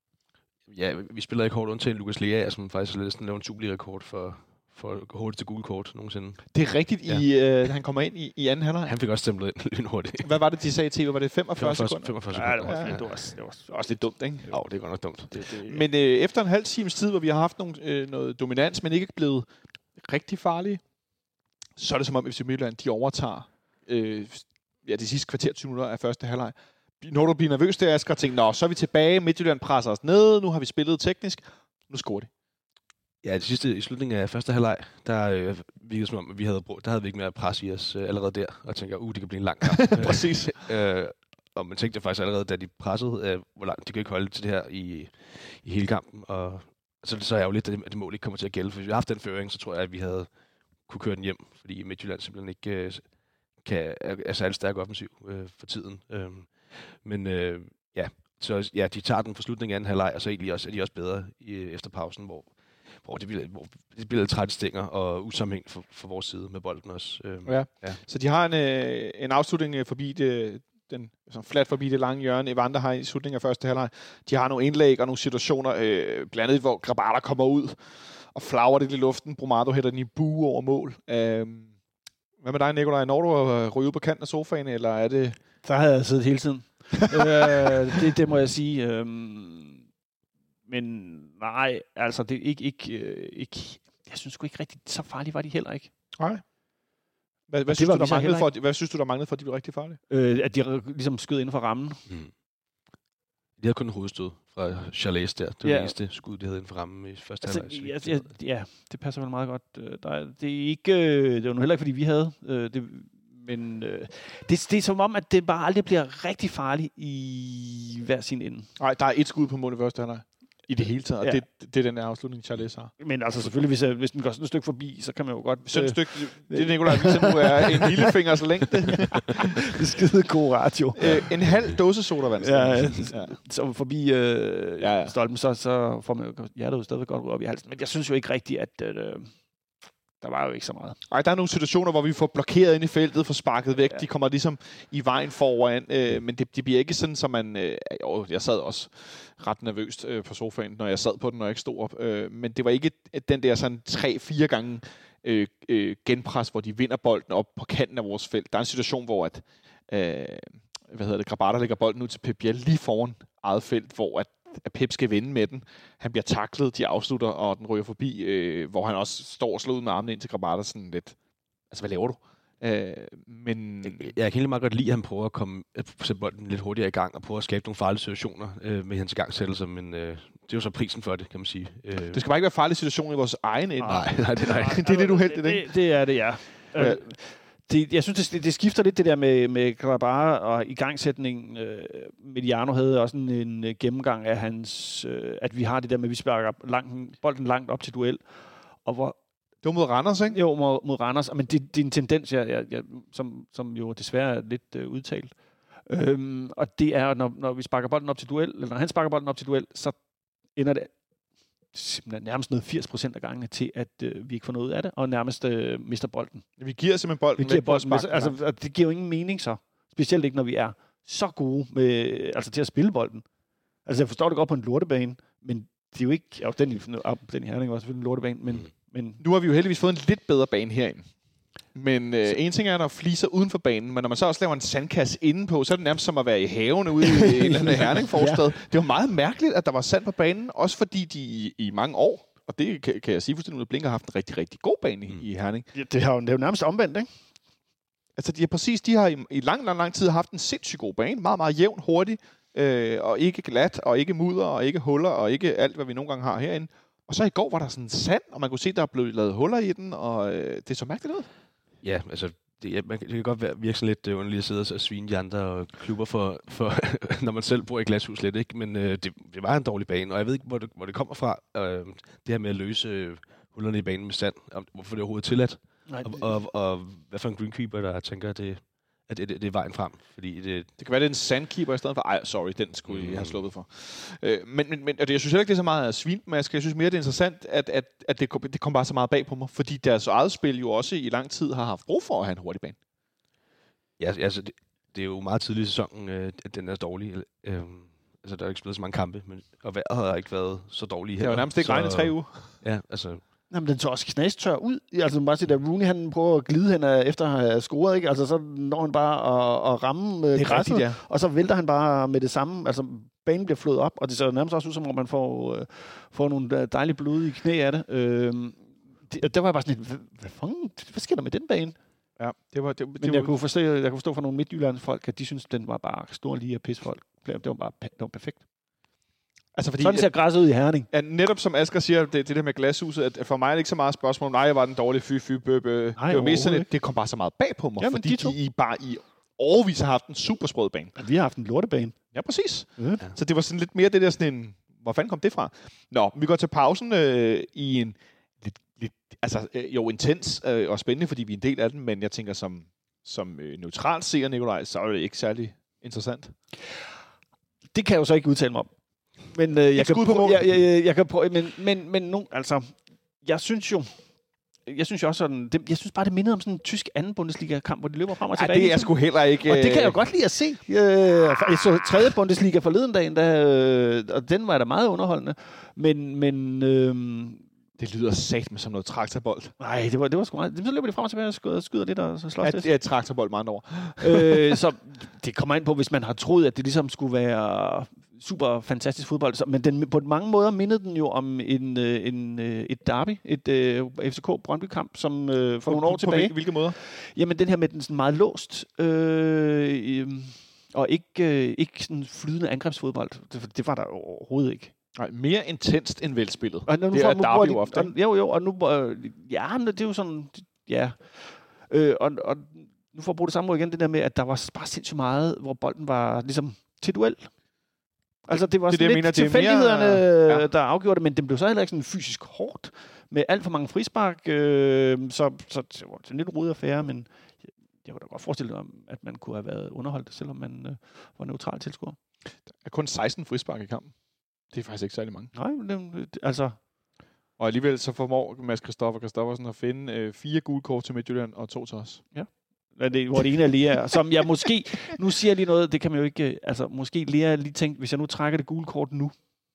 Ja, vi spiller ikke hårdt undtagen Lukas Lea, som faktisk har lavet en Superliga-rekord for, for hurtigt til gule kort nogensinde. Det er rigtigt, ja. i, øh, han kommer ind i, i anden halvleg. Han fik også stemplet ind lynhurtigt. Hvad var det, de sagde i T V? Var det femogfyrre sekunder? femogfyrre sekunder. Ja, det var, ja, ja. Det var, det var også lidt dumt, ikke? Jo, det er godt nok dumt. det, det, Men øh, efter en halv times tid, hvor vi har haft nogle, øh, noget dominans, men ikke er blevet rigtig farlige, så er det som om F C Midtjylland, de overtager øh, ja, de sidste kvarter tyve minutter af første halvleg. Når du bliver nervøs der, Asger, og tænker, nå, så er vi tilbage, Midtjylland presser os ned, nu har vi spillet teknisk, nu scorer de. Ja, det sidste i slutningen af første halvleg, der øh, virkede som om, at vi havde brug, der havde vi ikke mere pres i os øh, allerede der, og tænker, uh, det kan blive en lang kamp. Præcis. øh, og man tænkte faktisk allerede, da de pressede, øh, hvor langt de kan ikke holde til det her i, i hele kampen, og så, så er jo lidt, at det, at det mål ikke kommer til at gælde, for hvis vi har haft den føring, så tror jeg, at vi havde kunne køre den hjem, fordi Midtjylland simpelthen ikke øh, kan, er, er særlig stærk offensiv øh, for tiden. Øh, men øh, ja, så ja, de tager den på slutningen af anden halvleg, og så egentlig også, er de også bedre i, efter pausen, hvor hvor det bliver, hvor det bliver lidt trætte stænger og usammenhæng for, for vores side med bolden også. Øhm, ja. ja. Så de har en, øh, en afslutning forbi det, den, sådan flat forbi det lange hjørne. Evander har i slutningen af første halvleg. De har nogle indlæg og nogle situationer, øh, blandt andet, hvor Grabara kommer ud og flagrer det i luften. Brumado hætter den i bue over mål. Øh, hvad med dig, Nikolaj? Når du at ryge ud på kanten af sofaen, eller er det... Der havde jeg siddet hele tiden. øh, det, det må jeg sige. Øh, Men nej, altså det er ikke, ikke, øh, ikke... Jeg synes sgu ikke rigtigt, så farlige var de heller ikke. Nej. Hvad, hvad, synes, var du, der manglede for, ikke. hvad synes du, der manglede for, at de blev rigtig farlige? Øh, at de ligesom skød inden for rammen. Mm. De havde kun en hovedstød fra Charles der. Det var ja. det eneste skud, de havde inden for rammen i første altså, halvleg. Ja, ja, ja, det passer vel meget godt. Der er, det er ikke... Det var nu heller ikke, fordi vi havde... Det, men øh, det, det er som om, at det bare aldrig bliver rigtig farligt i hver sin ende. Nej, der er et skud på mål i første halvleg. I det hele taget, og ja. det, det er den der afslutning, Charles har. Men altså selvfølgelig, hvis, jeg, hvis den går sådan et stykke forbi, så kan man jo godt... Sådan et stykke, det Nikolaj viser nu er en lillefingers længde. Det er skide god radio. Øh, en halv dåse sodavand. Ja, ja. Så forbi øh, ja, ja. stolpen, så, så får man jo hjertet jo stadigvæk godt op i halsen. Men jeg synes jo ikke rigtigt, at... Øh, der var jo ikke så meget. Ej, der er nogle situationer, hvor vi får blokeret ind i feltet, får sparket væk. Ja. De kommer ligesom i vejen forover, øh, men det, det bliver ikke sådan, som man... Øh, jo, jeg sad også ret nervøst øh, på sofaen, når jeg sad på den, når jeg ikke stod op. Øh, men det var ikke den der sådan tre-fire gange øh, øh, genpres, hvor de vinder bolden op på kanten af vores felt. Der er en situation, hvor at, øh, hvad hedder det, Grabara lægger bolden ud til Pep Biel lige foran eget felt, hvor at at Pep skal vinde med den. Han bliver taklet, de afslutter, og den ryger forbi, øh, hvor han også står og slår ud med armene ind til Grabara sådan lidt. Altså, hvad laver du? Øh, men... Jeg, jeg kan egentlig meget godt lide, at han prøver at komme, at sætte bolden lidt hurtigere i gang, og prøve at skabe nogle farlige situationer øh, med hans igangsættelse, men øh, det er jo så prisen for det, kan man sige. Øh. Det skal bare ikke være farlige situationer i vores egen ende. Nej, nej, det, nej. det er lidt uheldigt, det, ikke? Det, det er det, ja. ja. Det, jeg synes, det, det skifter lidt det der med, med Grabara og igangsætningen. Øh, Mediano havde også en, en gennemgang af hans, øh, at vi har det der med, at vi sparker langt, bolden langt op til duel. Og hvor, det var mod Randers, ikke? Jo, mod, mod Randers. Men det, det er en tendens, jeg, jeg, jeg, som, som jo desværre er lidt øh, udtalt. Øhm, og det er, når, når vi sparker bolden op til duel, eller når han sparker bolden op til duel, så ender det nærmest noget firs procent af gangene til, at øh, vi ikke får noget ud af det, og nærmest øh, mister bolden. Vi giver simpelthen bolden. Vi giver bolden. Altså, det giver jo ingen mening så. Specielt ikke, når vi er så gode med, altså, til at spille bolden. Altså, jeg forstår det godt på en lortebane, men det er jo ikke... Ja, den, den i Herning var selvfølgelig en lortebane, men, mm. men... Nu har vi jo heldigvis fået en lidt bedre bane herinde. Men øh, en ting er, at der fliser uden for banen, men når man så også laver en sandkasse indenpå, så er det nærmest som at være i haven ude i en eller anden Herning-forstad. Ja. Det var meget mærkeligt, at der var sand på banen, også fordi de i, i mange år, og det kan, kan jeg sige fuldstændig ud af blink, har haft en rigtig, rigtig god bane i, mm. i Herning. Ja, det, har jo, det er jo nærmest omvendt, ikke? Altså, de har præcis, de har i, i lang, lang, lang tid haft en sindssygt god bane. Meget, meget jævn, hurtig, øh, og ikke glat, og ikke mudder, og ikke huller, og ikke alt, hvad vi nogle gange har herinde. Og så i går var der sådan sand, og man kunne se, der er blevet lavet huller i den, og øh, det er så mærkeligt ud. Ja, altså, det, ja, man, det kan godt være, virke sådan lidt underligt at sidde og svine de andre klubber, for, for når man selv bor i glashus lidt, ikke? Men øh, det, det var en dårlig bane, og jeg ved ikke, hvor det, hvor det kommer fra, øh, det her med at løse øh, hullerne i banen med sand, om, hvorfor det er overhovedet tilladt, Nej, og, og, og hvad for en greenkeeper, der tænker, det, at det, det, det er vejen frem. Fordi det, det kan være, det er en sandkeeper i stedet for... Ej, sorry, den skulle mm. I have sluppet for. Øh, men, men, men jeg synes heller ikke, det er så meget svinmaske. Jeg synes mere, det er interessant, at, at, at det, det kom bare så meget bag på mig. Fordi deres eget spil jo også i lang tid har haft brug for at have en hurtig bane. Ja, altså, det, det er jo meget tidligt i sæsonen, øh, at den er dårlig. Øh, altså, der er ikke spillet så mange kampe, men, og vejret har ikke været så dårligt her. Det har jo nærmest ikke regnet tre uger. Ja, altså... Jamen, den tør også knastør ud. Altså, bare sige, at Rooney, han prøver at glide hen efter at have scoret, ikke? Altså, så når han bare at, at ramme øh, græsset, rigtigt, ja. Og så vælter han bare med det samme. Altså, banen bliver flået op, og det ser nærmest også ud, som om man får, øh, får nogle dejlige blod i knæ af det. Øh, det. Der var jeg bare sådan lidt, hvad, hvad, fanden, hvad sker der med den bane? Ja, det var... Det, Men det jeg, var... kunne forstå, jeg kunne forstå fra nogle midtjyllands folk, at de synes den var bare stor lige af pisfolk. Det var bare det var perfekt. Altså, fordi, sådan ser græsset ud i Herning. Ja, netop som Asger siger, det, det der med glashuset, at for mig er det ikke så meget spørgsmål, nej, jeg var den dårlige fy, fy, bø, bø. Nej, det var mest sådan, det kom bare så meget bag på mig, jamen, fordi de, de I bare i årevis har haft en super sprød bane. Ja, vi har haft en lortebane. Ja, præcis. Ja. Så det var sådan lidt mere det der sådan en, hvor fanden kom det fra? Nå, vi går til pausen øh, i en lidt, lidt altså øh, jo intens øh, og spændende, fordi vi er en del af den, men jeg tænker som, som øh, neutral seer, Nikolaj, så er det ikke særlig interessant. Det kan jeg jo så ikke udtale mig om. Men øh, jeg, kan prøve, jeg, jeg, jeg kan prøve, men men men nu altså, jeg synes jo, jeg synes jo også sådan, det, jeg synes bare det mindede om sådan en tysk anden Bundesliga-kamp, hvor de løber frem og tilbage. Ja, det er sgu heller ikke. Og det kan jeg jo godt lide at se. Jeg så tredje Bundesliga forleden dagen, der, og den var da meget underholdende. Men men øhm, det lyder satme som noget traktorbold. Nej, det var det var sgu meget. Så løber de frem og tilbage og skyder, skyder lidt og så slås ja, lidt. Det er et traktorbold med andre ord. øh, så det kommer ind på, hvis man har troet, at det ligesom skulle være super fantastisk fodbold. Så, men den, på mange måder mindede den jo om en, en, et derby, et uh, F C K Brøndby-kamp, som uh, for på, nogle år på, tilbage. På hvilke måder? Jamen, den her med den sådan meget låst, øh, og ikke, øh, ikke sådan flydende angrebsfodbold. Det, det var der overhovedet ikke. Nej, mere intenst end velspillet. Og nu, det er derby jo ofte. Og, jo, jo, og nu... Øh, ja, det er jo sådan... Ja. Øh, og, og nu får jeg bruge det samme ord igen, det der med, at der var bare sindssygt meget, hvor bolden var ligesom til duel. Altså, det var det, sådan det, lidt mener, tilfældighederne, mere, ja. der afgjorde det, men det blev så heller ikke sådan fysisk hårdt, med alt for mange frispark, øh, så, så det var en lidt rodet affære, men jeg kunne da godt forestille mig, at man kunne have været underholdt, selvom man øh, var neutral tilskuer. Der er kun seksten frispark i kampen. Det er faktisk ikke særlig mange. Nej, men det, altså... Og alligevel så formår Mads Christoffer Christoffersen at finde øh, fire gule kort til Midtjylland og to til os. Ja. Det, hvor det ene er Lea, som jeg måske... Nu siger jeg lige noget, det kan man jo ikke... Altså, måske Lea lige tænkt, hvis jeg nu trækker det gule kort nu,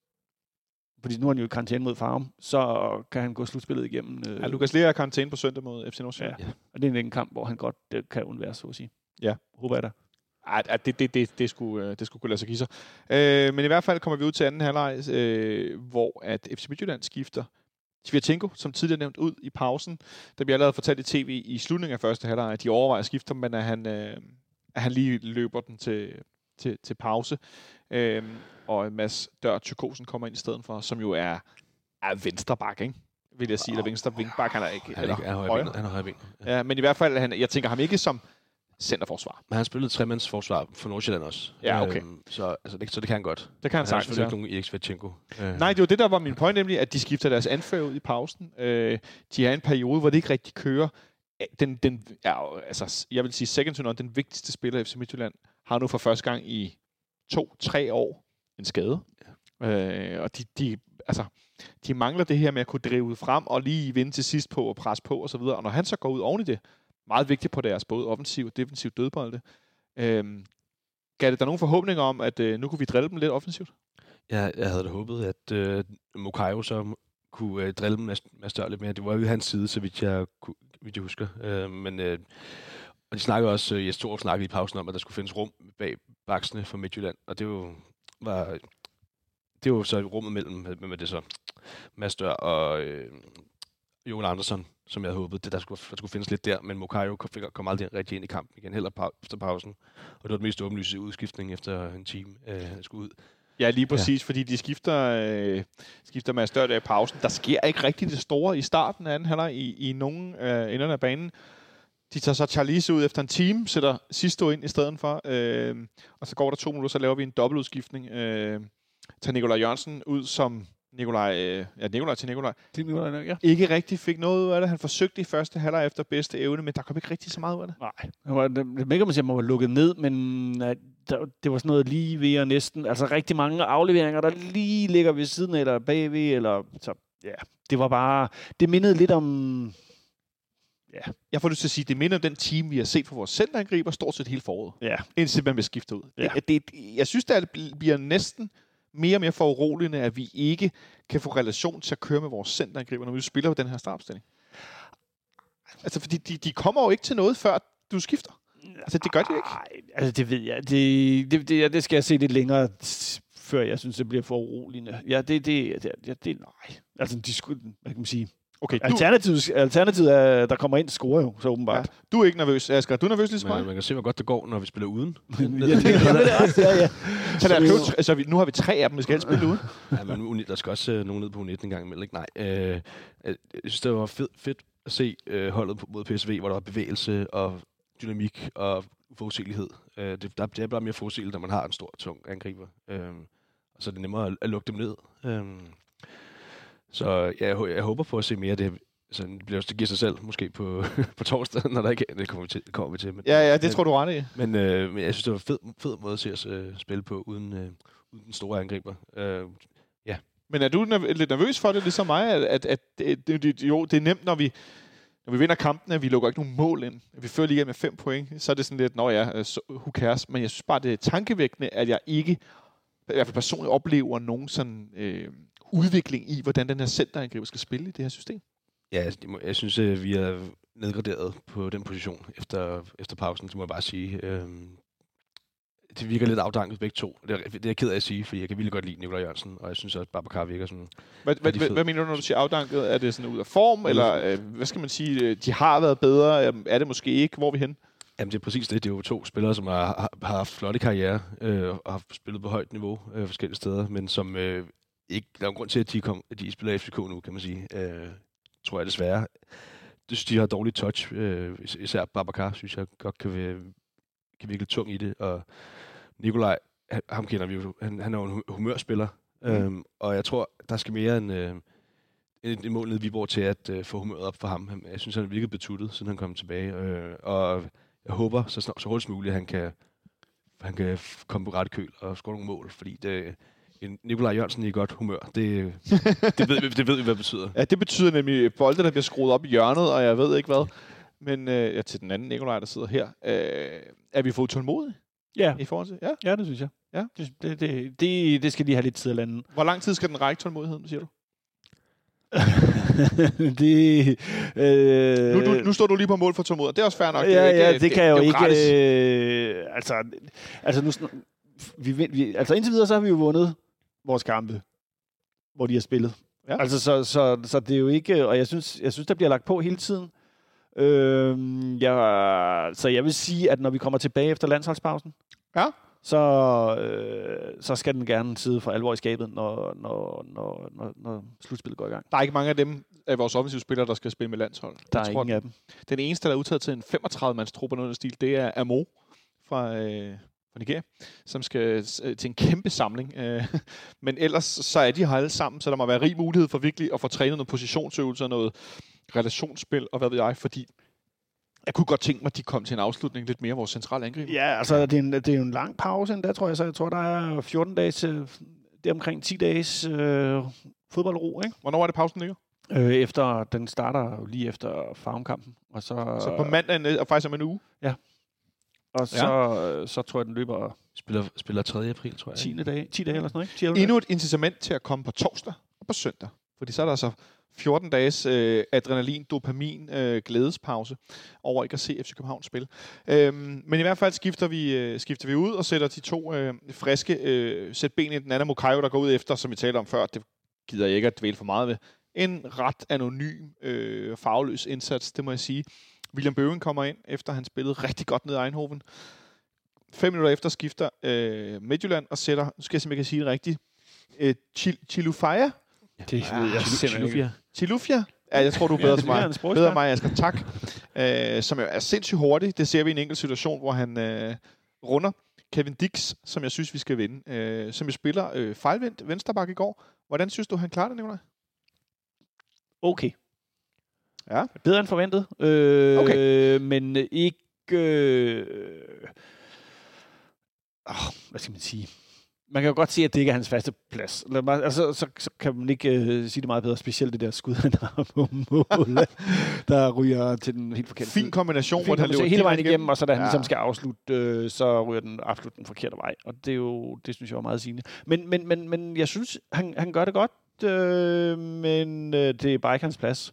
fordi nu er han jo i karantæne mod Farum, så kan han gå slutspillet igennem. Øh. Ja, Lukas Lea er i karantæne på søndag mod F C Nordsjælland. Ja. Og det er en kamp, hvor han godt øh, kan undvære, så at sige. Ja. Håber jeg da. Ej, det, det, det, det, skulle, det skulle kunne lade sig give sig. Øh, men i hvert fald kommer vi ud til anden halvleg, øh, hvor at F C Midtjylland skifter Svirchenko, som tidligere nævnt, ud i pausen. Der bliver allerede fortalt i tv i slutningen af første halvleg, at de overvejer at skifte, men at han, øh, at han lige løber den til, til, til pause. Øh, og Mads Dør Tykosen kommer ind i stedet for, som jo er, er venstre bak, ikke? Vil jeg sige, eller venstre vinkbak, han er ikke. Han er, ikke, er højre. Han er højre ben. Ja. Ja, men i hvert fald, han, jeg tænker ham ikke som centerforsvar. Men han spillede tremandsforsvar for Nordsjælland også. Ja, okay. Øhm, så, altså, det, så det kan han godt. Det kan han sagtens, ja. Han har selvfølgelig ikke nogen Erik Svirchenko. Øh. Nej, det var det, der var min point, nemlig, at de skifter deres anfører ud i pausen. Øh, de er i en periode, hvor det ikke rigtig kører. Den, den er, altså, jeg vil sige, second to none, den vigtigste spiller i F C Midtjylland, har nu for første gang i to-tre år en skade. Ja. Øh, og de, de, altså, de mangler det her med at kunne drive frem og lige vinde til sidst på og presse på osv. Og, og når han så går ud oven i det, meget vigtigt på deres både offensiv og defensiv dødbolde. Øhm, gav det der nogen forhåbninger om, at øh, nu kunne vi drille dem lidt offensivt? Jeg, jeg havde da håbet, at øh, Mokayo så kunne øh, drille Mads, Mads Dør lidt mere. Det var jo hans side, så vidt jeg, kunne, vidt jeg husker. Øh, men, øh, og de snakkede også, øh, Jes Torup snakkede i pausen om, at der skulle findes rum bag baksene for Midtjylland. Og det var, var, det var så rummet mellem med, med det så Mads Dør og øh, Jon Andersen, som jeg havde håbet. Det, der, skulle, der skulle findes lidt der, men Mokayo kom, kom aldrig rigtig ind i kampen igen, heller pa- efter pausen. Og det var den mest åbenlyse udskiftning efter en time, øh, han skulle ud. Ja, lige præcis, ja. Fordi de skifter, øh, skifter Mads Dør der i pausen. Der sker ikke rigtig det store i starten af anden halvleg i, i nogen øh, enderne af banen. De tager så Charlize ud efter en time, sætter Sisto ind i stedet for, øh, og så går der to minutter, så laver vi en dobbeltudskiftning. Øh, tager Nikolaj Jørgensen ud som Nikolaj, øh, ja, Nikolaj til Nikolaj. Til Nikolaj, ja. Ikke rigtig fik noget ud af det. Han forsøgte i første halvleg efter bedste evne, men der kom ikke rigtig så meget ud af det. Nej, det var, det, det ikke, man siger, man var lukket ned, men uh, der, det var sådan noget lige ved og næsten. Altså rigtig mange afleveringer, der lige ligger ved siden af, eller bagved, eller så, ja. Det var bare, det mindede lidt om... Ja. Jeg får lyst til at sige, det minder om den team, vi har set for vores centerangriber stort set hele foråret. Ja. Indtil man bliver skiftet ud. Ja. Det, det, jeg synes, det bliver næsten mere og mere foruroligende, at vi ikke kan få relation til at køre med vores centerangriber, når vi spiller på den her startopstilling. Altså, fordi de, de kommer jo ikke til noget, før du skifter. Altså, det gør de ikke. Nej, altså det ved jeg. Det, det, det, det skal jeg se lidt længere, før jeg synes, det bliver foruroligende. Ja, det, det, det, ja, det nej. Altså, de skulle, hvad kan man sige... Okay, alternativet, alternativet er, der kommer ind, scorer jo, så åbenbart. Ja. Du er ikke nervøs, Asger. Du er nervøs ligesom mig? Man kan se, hvor godt det går, når vi spiller uden. ja, det, det, det også, ja, ja. Så der er, altså, nu har vi tre af dem, vi skal helst spille uden. Ja, men der skal også uh, nogen ned på U nitten en gang imellem. Ikke? Nej. Uh, jeg synes, det var fed, fedt at se uh, holdet mod P S V, hvor der var bevægelse og dynamik og forudsigelighed. Uh, det, der, det er bare mere forudsigeligt, når man har en stor, tung angriber. Uh, og så er det nemmere at, at lukke dem ned. Uh, så ja, jeg, jeg håber på at se mere af det. Så det, bliver, det giver sig selv, måske på, på torsdag, når der ikke det kommer vi til. Det kommer vi til men, ja, ja, det men, tror du ret i. Men, øh, men jeg synes, det var en fed, fed måde at se os øh, spille på, uden, øh, uden den store angriber. Øh, ja. Men er du nerv- lidt nervøs for det, ligesom mig? At, at, at det, det, jo, det er nemt, når vi, når vi vinder kampen, at vi lukker ikke nogen mål ind. Vi fører lige med fem point, så er det sådan lidt, nå ja, so, who cares? Men jeg synes bare, det er tankevækkende, at jeg ikke, i hvert fald personligt, oplever nogen sådan øh, udvikling i, hvordan den her centerangriber skal spille i det her system. Ja, jeg synes, at vi er nedgraderet på den position efter, efter pausen, det må jeg bare sige. Det virker lidt afdanket begge to. Det er, det er jeg ked af at sige, fordi jeg kan virkelig godt lide Nikolaj Jørgensen, og jeg synes også, at Babacar virker sådan... Hvad, hvad, hvad, hvad mener du, når du siger afdanket? Er det sådan ud af form, eller øh, hvad skal man sige, de har været bedre? Er det måske ikke? Hvor er vi hen? Jamen, det er præcis det. Det er jo to spillere, som har, har haft flotte karriere øh, og har spillet på højt niveau øh, forskellige steder, men som øh, ikke... Der er en grund til, at de, kom, at de spiller F C K nu, kan man sige. Øh, tror jeg desværre. Det synes de har dårligt touch. Øh, især Babacar, synes jeg godt kan, være, kan virke tung i det. Og Nikolaj, ham kender vi jo. Han, han er jo en humørspiller. Mm. Øhm, og jeg tror, der skal mere end øh, en, en mål nede i Viborg til at øh, få humøret op for ham. Jeg synes, han er virkelig betuttet, siden han kom tilbage. Øh, og jeg håber, så, snart, så hurtigt som muligt, at han kan, han kan komme på rette køl og score nogle mål. Fordi det en Nikolaj Jørgensen i godt humør. Det, det, ved, det ved vi, hvad det betyder. Ja, det betyder nemlig bolde, der bliver skruet op i hjørnet, og jeg ved ikke hvad. Men øh, ja, til den anden Nikolaj, der sidder her. Øh, er vi fået tålmodige? Ja. I forhold til? Ja, ja det synes jeg. Ja. Det, det, det, det, det skal lige have lidt tid at lande. Hvor lang tid skal den række tålmodigheden, siger du? det, øh, nu, du, nu står du lige på mål for tålmodighed. Det er også fair nok. Ja, det er ikke, ja, det, det kan jeg jo ikke. Øh, altså, altså, nu, vi, vi, altså indtil videre, så har vi jo vundet vores kampe, hvor de har spillet. Ja. Altså, så, så, så det er jo ikke... Og jeg synes, jeg synes der bliver lagt på hele tiden. Øh, jeg, så jeg vil sige, at når vi kommer tilbage efter landsholdspausen, ja. så, øh, så skal den gerne sidde for alvor i skabet, når, når, når, når, når slutspillet går i gang. Der er ikke mange af dem af vores offensive spillere, der skal spille med landshold. Der jeg er tror, ingen af dem. Den eneste, der er udtaget til en femogtredive-mands trup af noget stil, det er Amo fra, øh, fra Nigeria, som skal øh, til en kæmpe samling. Øh, men ellers så er de her alle sammen, så der må være rig mulighed for virkelig at få trænet noget positionsøvelser, noget relationsspil og hvad ved jeg, fordi jeg kunne godt tænke mig, at de kom til en afslutning lidt mere af vores centrale angriber. Ja, altså det er, en, det er jo en lang pause endda, tror jeg. Så jeg tror, der er fjorten dage til, det er omkring ti dages øh, fodboldro, ikke? Hvornår er det pausen ligger? Øh, efter, den starter jo lige efter Farmkampen. Og så, så på mandag, og faktisk om en uge? Ja. Og så, ja. så tror jeg, den løber... Spiller, spiller tredje april, tror jeg. ti dage, ti dage eller sådan noget, ikke? Endnu et incitament til at komme på torsdag og på søndag. Fordi så er der så fjorten dages øh, adrenalin, dopamin, øh, glædespause over ikke at se F C København spille. Øhm, men i hvert fald skifter vi, øh, skifter vi ud og sætter de to øh, friske øh, sæt ben i den anden Mukayo, der går ud efter, som vi talte om før. Det gider jeg ikke at dvæle for meget ved. En ret anonym, øh, farveløs indsats, det må jeg sige. William Bøving kommer ind, efter han spillede rigtig godt ned i Eindhoven. Fem minutter efter skifter øh, Midtjylland og sætter, nu skal jeg simpelthen sige det rigtigt, øh, Chil- Chilufya. Det er ja, Chilufya. Chilufya? Ja, jeg tror, du er bedre til mig. Bedre mig, jeg skal tak. Øh, som jo er sindssygt hurtig. Det ser vi i en enkelt situation, hvor han øh, runder Kevin Dix, som jeg synes, vi skal vinde. Øh, som jo spiller øh, fejlvendt venstreback i går. Hvordan synes du, han klarer det, Nicolaj? Okay. Ja. Bedre end forventet. Øh, okay. Men ikke... Øh, oh, hvad skal man sige? Man kan jo godt se, at det ikke er hans faste plads. Altså, så, så kan man ikke uh, sige det meget bedre. Specielt det der skud, han har på mål, der ryger til den helt forkerte Fin kombination, fin hvor han løber hele vejen igennem, igennem, og så da han ja. ligesom skal afslutte, øh, så ryger den absolut den forkerte vej. Og det er jo, det synes jeg var meget sigende. Men, men, men, men jeg synes, han, han gør det godt, øh, men øh, det er bare ikke hans plads.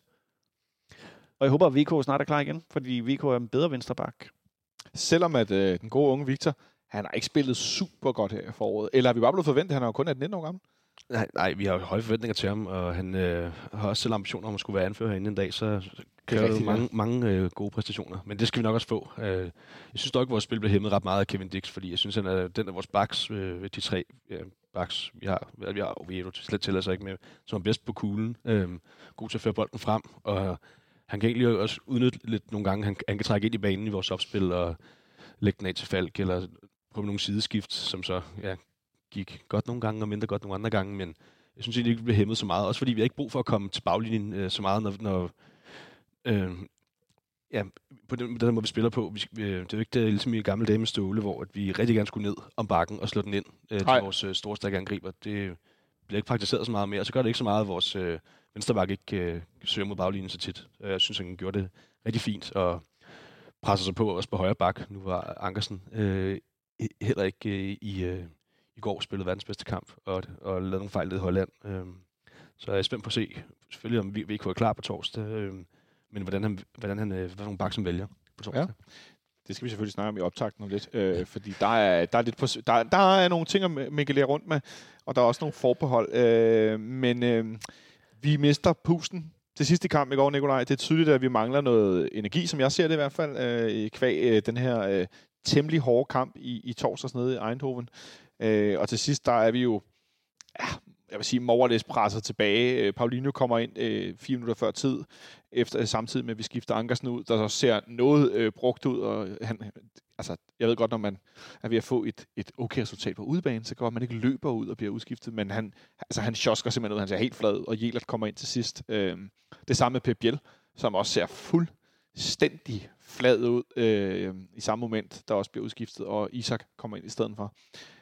Og jeg håber, at V K snart er klar igen, fordi V K er en bedre venstreback. Selvom at øh, den gode unge Victor, han har ikke spillet super godt her i foråret. Eller har vi bare blevet forventet, han er jo kun atten år gammel? Nej, nej, vi har jo høje forventninger til ham, og han øh, har også selv ambitioner om at skulle være anfører herinde en dag, så kan der jo mange, mange øh, gode præstationer. Men det skal vi nok også få. Øh, jeg synes dog ikke, at vores spil bliver hæmmet ret meget af Kevin Dix, fordi jeg synes, han er den af vores backs, øh, de tre øh, backs, vi har, vi har Oviedo slet tæller sig ikke med, som er bedst på kuglen, øh, god til at føre bolden frem, og han kan egentlig også udnytte lidt nogle gange, han, han kan trække ind i banen i vores opspil, og lægge den af til Falk, eller på nogle sideskift, som så ja, gik godt nogle gange, og mindre godt nogle andre gange, men jeg synes egentlig ikke, vi bliver hæmmet så meget, også fordi vi har ikke brug for at komme til baglinjen øh, så meget, når, når øh, ja, på den, den måde, vi spiller på. Vi, vi, det er jo ikke det, ligesom i gamle dage med Ståle, hvor at vi rigtig gerne skulle ned om bakken og slå den ind øh, til vores øh, store stærke angriber. Det bliver ikke praktiseret så meget mere, og så gør det ikke så meget, at vores øh, venstreback ikke øh, søger mod baglinjen så tit. Jeg synes, han gjorde det rigtig fint, og presser sig på også på højre bak. Nu var Ankersen øh, heller ikke øh, i, øh, i går spillet verdens bedste kamp, og, og lavede nogle fejl i Holland. Øh, så jeg er spændt på at se, selvfølgelig om vi, vi ikke kunne være klar på torsdag, øh, men hvordan han, hvordan han, øh, hvad nogle bak som vælger på torsdag. Ja. Det skal vi selvfølgelig snakke om i optakten lidt, øh, fordi der er, der, er lidt på, der, der er nogle ting at mingelere rundt med, og der er også nogle forbehold. Øh, men øh, vi mister pusten til sidste kamp i går, Nikolaj. Det er tydeligt, at vi mangler noget energi, som jeg ser det i hvert fald, øh, i kvæg øh, den her øh, temmelig hårde kamp i, i torsdags nede i Eindhoven. Øh, og til sidst, der er vi jo, ja, jeg vil sige, morgerlæs presset tilbage. Paulinho kommer ind øh, fire minutter før tid, efter samtidig med, at vi skifter Ankersen ud, der så ser noget øh, brugt ud. Og han, altså, jeg ved godt, når man er ved at få et, et okay resultat på udebane, så går man ikke løber ud og bliver udskiftet, men han, altså, han sjosker simpelthen ud, han ser helt flad ud, og Jelert kommer ind til sidst. Øh, det samme med Pep Biel, som også ser fuldstændig flad ud øh, i samme moment, der også bliver udskiftet, og Isak kommer ind i stedet for.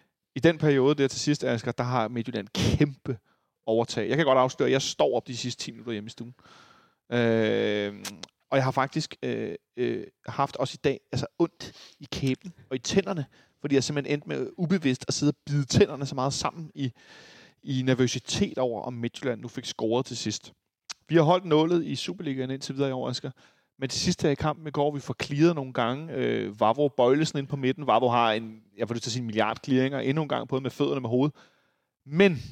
I den periode der til sidst, Asger, der har Midtjylland kæmpe overtag. Jeg kan godt afsløre, at jeg står op de sidste ti minutter hjemme i stuen. Øh, og jeg har faktisk øh, øh, haft også i dag altså ondt i kæben og i tænderne, fordi jeg simpelthen endte med ubevidst at sidde og bide tænderne så meget sammen i, i nervøsitet over, om Midtjylland nu fik scoret til sidst. Vi har holdt nålet i Superligaen indtil videre i år, Asger. Men til sidst her i kampen i går, vi får clearet nogle gange. Øh, Vavro Bøjlesen ind på midten. Vavro har en, jeg får lyst til at sige, en milliard clearinger endnu en gang, både med fødderne og med hovedet. Men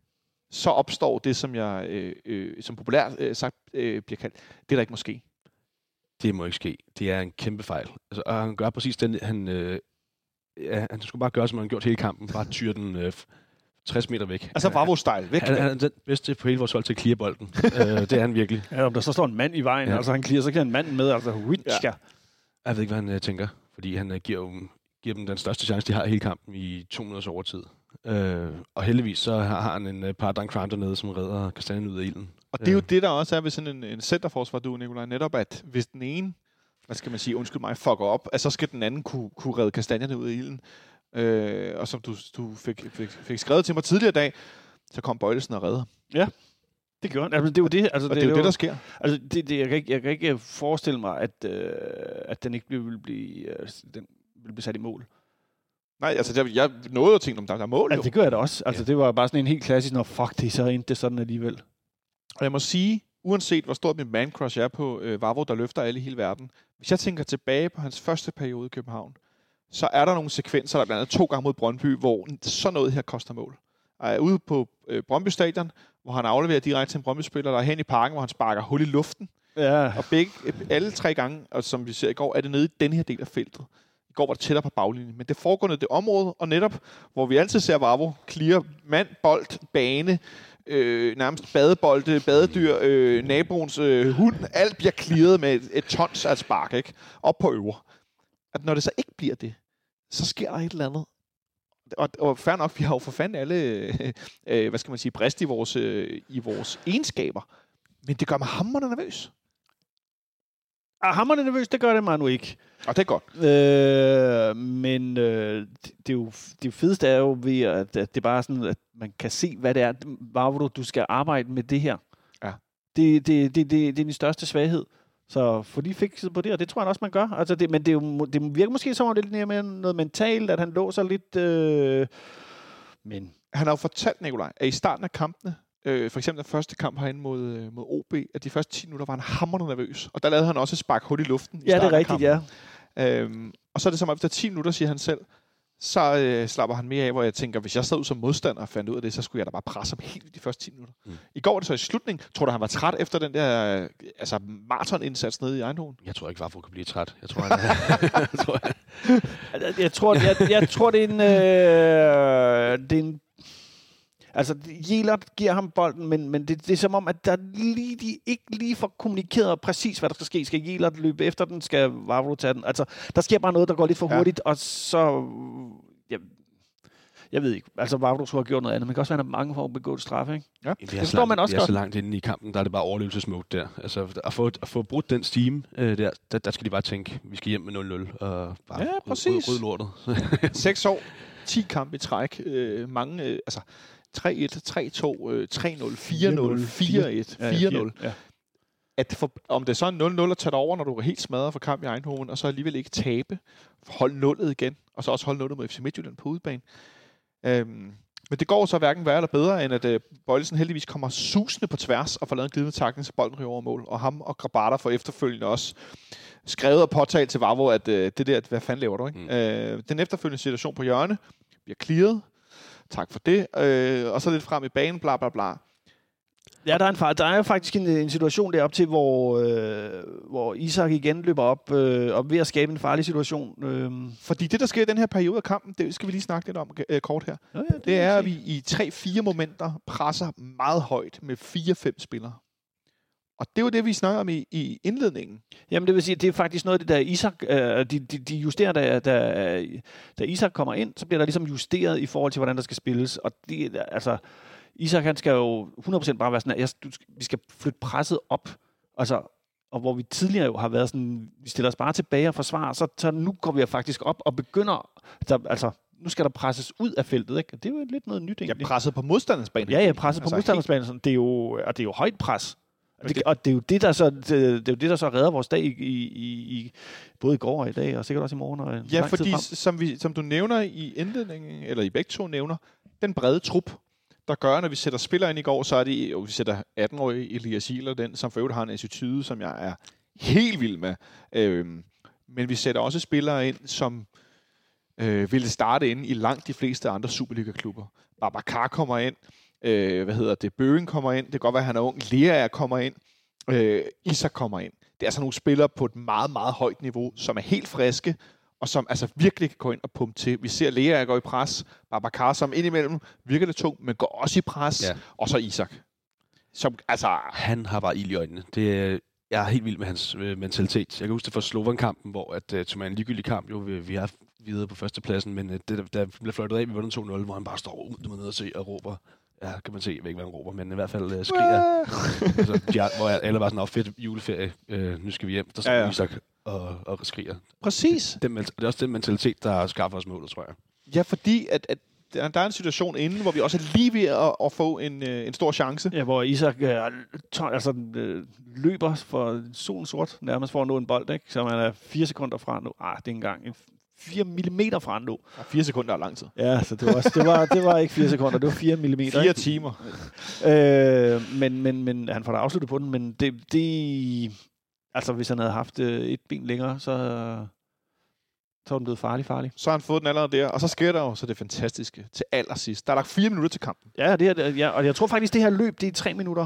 så opstår det, som jeg øh, øh, som populært øh, sagt øh, bliver kaldt, det der ikke må ske. Det må ikke ske. Det er en kæmpe fejl. Altså, og han gør præcis den, han, øh, ja, han skulle bare gøre, som han har gjort hele kampen. Bare tyre den øh, tres meter væk. Altså Vavro-style, væk. Han, han er den bedste på hele vores hold til at clear bolden. øh, det er han virkelig. Ja, om der så står en mand i vejen, ja. Altså han clear, så kan en mand med, altså Winska. Ja. Jeg ved ikke, hvad han uh, tænker, fordi han uh, giver, jo, giver dem den største chance, de har i hele kampen i to minutters overtid. Uh, og heldigvis så har, har han en uh, par Dunk Crime dernede, som redder kastanjen ud af ilden. Og det er jo uh. det, der også er ved sådan en, en centerforsvar, du, Nikolaj, netop, at hvis den ene, hvad skal man sige, undskyld mig, fucker op, at så skal den anden kunne, kunne redde kastanjerne ud af ilden. Øh, og som du, du fik, fik, fik skrevet til mig tidligere i dag, så kom Bøjlesen og redder. Ja, det gjorde han. Altså, det er jo det, altså, og det, det er jo det, der sker. Altså, det, det, jeg, kan ikke, jeg kan ikke forestille mig, at, øh, at den ikke ville blive... Øh, den ville blive sat i mål. Nej, altså jeg, jeg nåede at tænke, om der, der er mål. Altså, det gør jeg da også. Altså, ja. Det var bare sådan en helt klassisk, når fuck det, så endte det sådan alligevel. Og jeg må sige, uanset hvor stort min man-crush er på øh, Vavro, der løfter alle i hele verden, hvis jeg tænker tilbage på hans første periode i København, så er der nogle sekvenser, der blandt andet to gange mod Brøndby, hvor sådan noget her koster mål. Jeg er ude på øh, Brøndby Stadion, hvor han afleverer direkte til en Brøndby-spiller, der er hen i parken, hvor han sparker hul i luften. Ja. Og begge, alle tre gange, og som vi ser i går, er det nede i den her del af feltet. I går var det tættere på baglinjen, men det foregår ned det område, og netop, hvor vi altid ser Vavro clear mand, bold, bane, øh, nærmest badebolde, badedyr, øh, naboens øh, hund, alt bliver clearet med et, et tons af spark, ikke? Op på øver. At når det så ikke bliver det, så sker der et eller andet. Og, og fair nok, vi har jo for fanden alle, øh, hvad skal man sige, brist i vores, øh, i vores egenskaber. Men det gør mig hamrende nervøs. Ah, hamrende nervøs, det gør det mig nu ikke. Og det er godt. Øh, men øh, det, det, er jo, det fedeste er jo ved, at, at det bare er sådan, at man kan se, hvad det er, Vavro, du skal arbejde med det her. Ja. Det, det, det, det, det er din største svaghed. Så få lige fikset på det, og det tror jeg også, man gør. Altså det, men det, er jo, det virker måske som om det er lidt mere noget mentalt, at han låser lidt... Øh, men... Han har jo fortalt, Nikolaj, at i starten af kampene, øh, for eksempel den første kamp herinde mod, øh, mod O B, at de første ti minutter var han hamrende nervøs. Og der lavede han også et spark hul i luften. Ja, det er rigtigt, ja. Øhm, og så er det som om, efter ti minutter, siger han selv, så øh, slapper han mere af, hvor jeg tænker, hvis jeg stod ud som modstander og fandt ud af det, så skulle jeg da bare presse ham helt de første ti minutter. Mm. I går var det så i slutningen. Tror du, han var træt efter den der altså, maraton-indsats nede i Eindhoven? Jeg tror ikke, Vavro kan blive træt. Jeg tror, han er... jeg, tror, jeg... jeg, tror, jeg, jeg tror, det er en... Øh, det er en altså, Jelert giver ham bolden, men, men det, det er som om, at der lige, de ikke lige får kommunikeret præcis, hvad der skal ske. Skal Jelert løbe efter den? Skal Vavro tage den? Altså, der sker bare noget, der går lidt for hurtigt, ja. Og så... Jeg, jeg ved ikke. Altså, Vavro skulle have gjort noget andet. Man kan også være mange for at begå et straf, ikke? Ja. Det, det forstår man også godt. Så langt inde i kampen, der er det bare overlevelsesmode der. Altså, at få, at få brudt den stime, øh, der, der, der skal de bare tænke, vi skal hjem med nul nul og bare ja, præcis. rydde lortet. Seks år, ti kampe i træk. Øh, mange... Øh, altså tre et, tre to, tre nul, fire nul, fire et, fire nul. Ja. At for, om det er så en nul nul at tage dig over, når du er helt smadret for kamp i Eindhoven, og så alligevel ikke tabe, hold nullet igen, og så også holde nullet mod F C Midtjylland på udebane. Øhm, men det går så hverken værre eller bedre, end at øh, Bøjlesen heldigvis kommer susende på tværs og får lavet en glidende tackling, så bolden ryger over mål. Og ham og Grabata får efterfølgende også skrevet og påtalt til Vavro, at øh, det der, at, hvad fanden laver du, ikke? Mm. Øh, den efterfølgende situation på hjørne bliver clearet. Tak for det. Øh, og så lidt frem i banen, bla bla bla. Ja, der er, en far. Der er jo faktisk en, en situation deroppe til, hvor, øh, hvor Isak igen løber op, øh, op ved at skabe en farlig situation. Øh. Fordi det, der sker i den her periode af kampen, det skal vi lige snakke lidt om øh, kort her. Ja, ja, det, det er, at vi i tre-fire momenter presser meget højt med fire-fem spillere. Og det er jo det, vi snakker om i, i indledningen. Jamen, det vil sige, det er faktisk noget af det, der Isak, øh, de, de, de justerer, da, da, da Isak kommer ind, så bliver der ligesom justeret i forhold til, hvordan der skal spilles. Og det, altså, Isak, han skal jo hundrede procent bare være sådan, at jeg, vi skal flytte presset op. Altså, og hvor vi tidligere jo har været sådan, vi stiller os bare tilbage og forsvarer, så, så nu går vi faktisk op og begynder, der, altså, nu skal der presses ud af feltet, ikke? Det er jo lidt noget nyt, egentlig. Ja, presset på modstanderens bane. Ja, ja, presset altså, på modstanderens bane. Sådan, det er jo, og det er jo højt pres. Det, og det er jo det, der så det, det er jo det, der så redder vores dag i, i, i både i går og i dag, og sikkert også i morgen og ja, fordi som, vi, som du nævner i indledningen, eller i begge to nævner, den brede trup, der gør, når vi sætter spillere ind i går, så er det, jo, vi sætter atten-årige Elias Ihler, den som for øvrigt har en attitude, som jeg er helt vild med. Øhm, men vi sætter også spillere ind, som øh, ville starte inde i langt de fleste andre Superliga-klubber. Babacar kommer ind. Øh, hvad hedder det? Bøgen kommer ind. Det kan godt være, at han er ung. Lea kommer ind. Øh, Isak kommer ind. Det er altså nogle spillere på et meget, meget højt niveau, som er helt friske, og som altså virkelig kan gå ind og pumpe til. Vi ser Lea gå i pres. Babacar, som indimellem virker det tungt, men går også i pres. Ja. Og så Isak. Som, altså... Han har bare ild i øjnene. Det, jeg er helt vild med hans øh, mentalitet. Jeg kan huske det fra Slovan-kampen, hvor at, øh, som er en ligegyldig kamp, jo, vi, vi har videre på førstepladsen, men øh, det, der, der bliver fløjtet af, vi vundet to nul, hvor han bare står ud ned og se og råber. Ja, kan man se, jeg ved ikke, hvad han råber, men i hvert fald uh, skriger. altså, de, hvor alle var sådan, fedt juleferie, uh, nu skal vi hjem. Der står ja, ja. Isak og, og skriger. Præcis. Den, det er også den mentalitet, der skaffer os målet, tror jeg. Ja, fordi at, at der er en situation inden, hvor vi også er lige ved at, at få en, en stor chance. Ja, hvor Isak uh, tør, altså, uh, løber for solen sort, nærmest for at nå en bold, ikke? Så man er fire sekunder fra nu. Ah, det er engang en fire millimeter fra han lå. Ja, fire sekunder er lang tid. Ja, så det var, også, det var, det var ikke fire sekunder, det var fire millimeter. Fire timer. Øh, men, men, men han får da afsluttet på den, men det, det altså hvis han havde haft øh, et ben længere, så, så var den blevet farlig, farlig. Så har han fået den allerede der, og så sker der jo så det fantastiske til allersidst. Der er lagt fire minutter til kampen. Ja, det er, ja, og jeg tror faktisk, det her løb, det er tre minutter.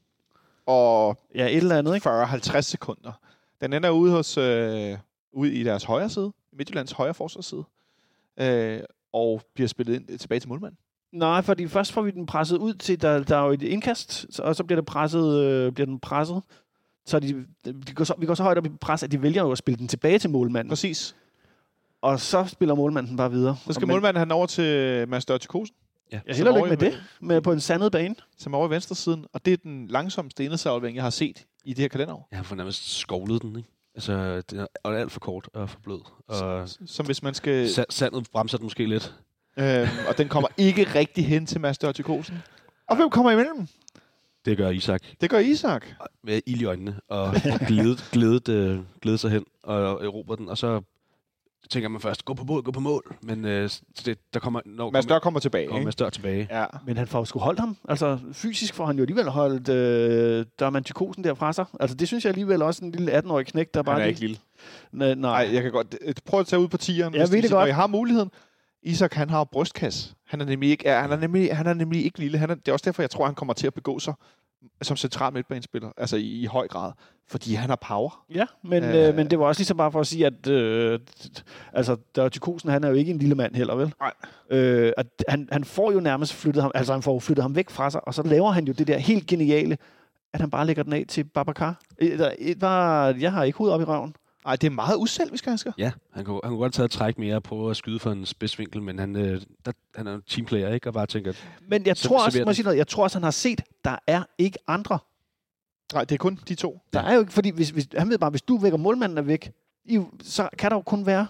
Og ja, et eller andet, ikke? fyrre til halvtreds sekunder. Den ender ude hos øh, ude i deres højre side, Midtjyllands højre forsvarsside, øh, og bliver spillet ind, tilbage til målmanden. Nej, fordi først får vi den presset ud til, der, der er jo et indkast, og så bliver, det presset, øh, bliver den presset. Så, de, de går så vi går så højt op i pres, at de vælger jo at spille den tilbage til målmanden. Præcis. Og så spiller målmanden bare videre. Så skal men, målmanden have den over til Mads Dørtikosen. Ja. Jeg hælder lykke med det, med på en sandet bane. Som er over i venstre siden, og det er den langsomste indsatsaflevering, jeg har set i det her kalenderår. Jeg har for nærmest skovlet den, ikke? Altså, den er alt for kort og for blød. Og som hvis man skal... Sa- sandet bremser den måske lidt. Øhm, og den kommer ikke rigtig hen til Mads Dørtikosen. Og hvem kommer imellem? Det gør Isak. Det gør Isak. Med ild i øjnene, og glædet, glædet, øh, glædet sig hen og erobrer den, og så tænker man først, gå på mål, gå på mål. Men øh, det, der kommer... Når Mads Dør kommer tilbage, kommer Mads Dør tilbage. Ja. Men han får jo sgu holdt ham. Altså, fysisk får han jo alligevel holdt øh, Dørman Tykosen der fra sig. Altså, det synes jeg alligevel også en lille atten-årig knæk, der bare... Han er lige... ikke lille. Nej, nej. Nej, jeg kan godt... Prøv at tage ud på tieren. Jeg ved det godt. Når I har muligheden. Isak, han har jo brystkasse. Han er nemlig ikke, ja, han er nemlig, han er nemlig ikke lille. Han er, det er også derfor, jeg tror, han kommer til at begå sig som central midtbanespiller. Altså i, i høj grad. Fordi han har power. Ja, men, Øh. øh, men det var også ligesom bare for at sige, at øh, altså, Dørtikosen, han er jo ikke en lille mand heller, vel? Nej. Øh, at han, han får jo nærmest flyttet ham, altså han får flyttet ham væk fra sig, og så laver han jo det der helt geniale, at han bare lægger den af til Babacar. Et var, jeg har ikke hovedet op i røven. Nej, det er meget uselvisk, Asger. Ja, han kunne, han kunne godt tage et træk mere på at skyde for en spidsvinkel, men han, øh, der, han er en teamplayer, ikke? Og bare tænker, at Men jeg Så- tror så også, bliver må jeg sige noget, jeg tror også, han har set, der er ikke andre. Nej, det er kun de to. Der er jo ikke, fordi hvis, hvis, han ved bare, hvis du er væk, og målmanden er væk, I, så kan der jo kun være.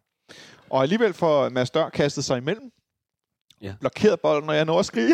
Og alligevel får Mads Dør kastet sig imellem. Ja. Blokeret bolden, og jeg når at skrige.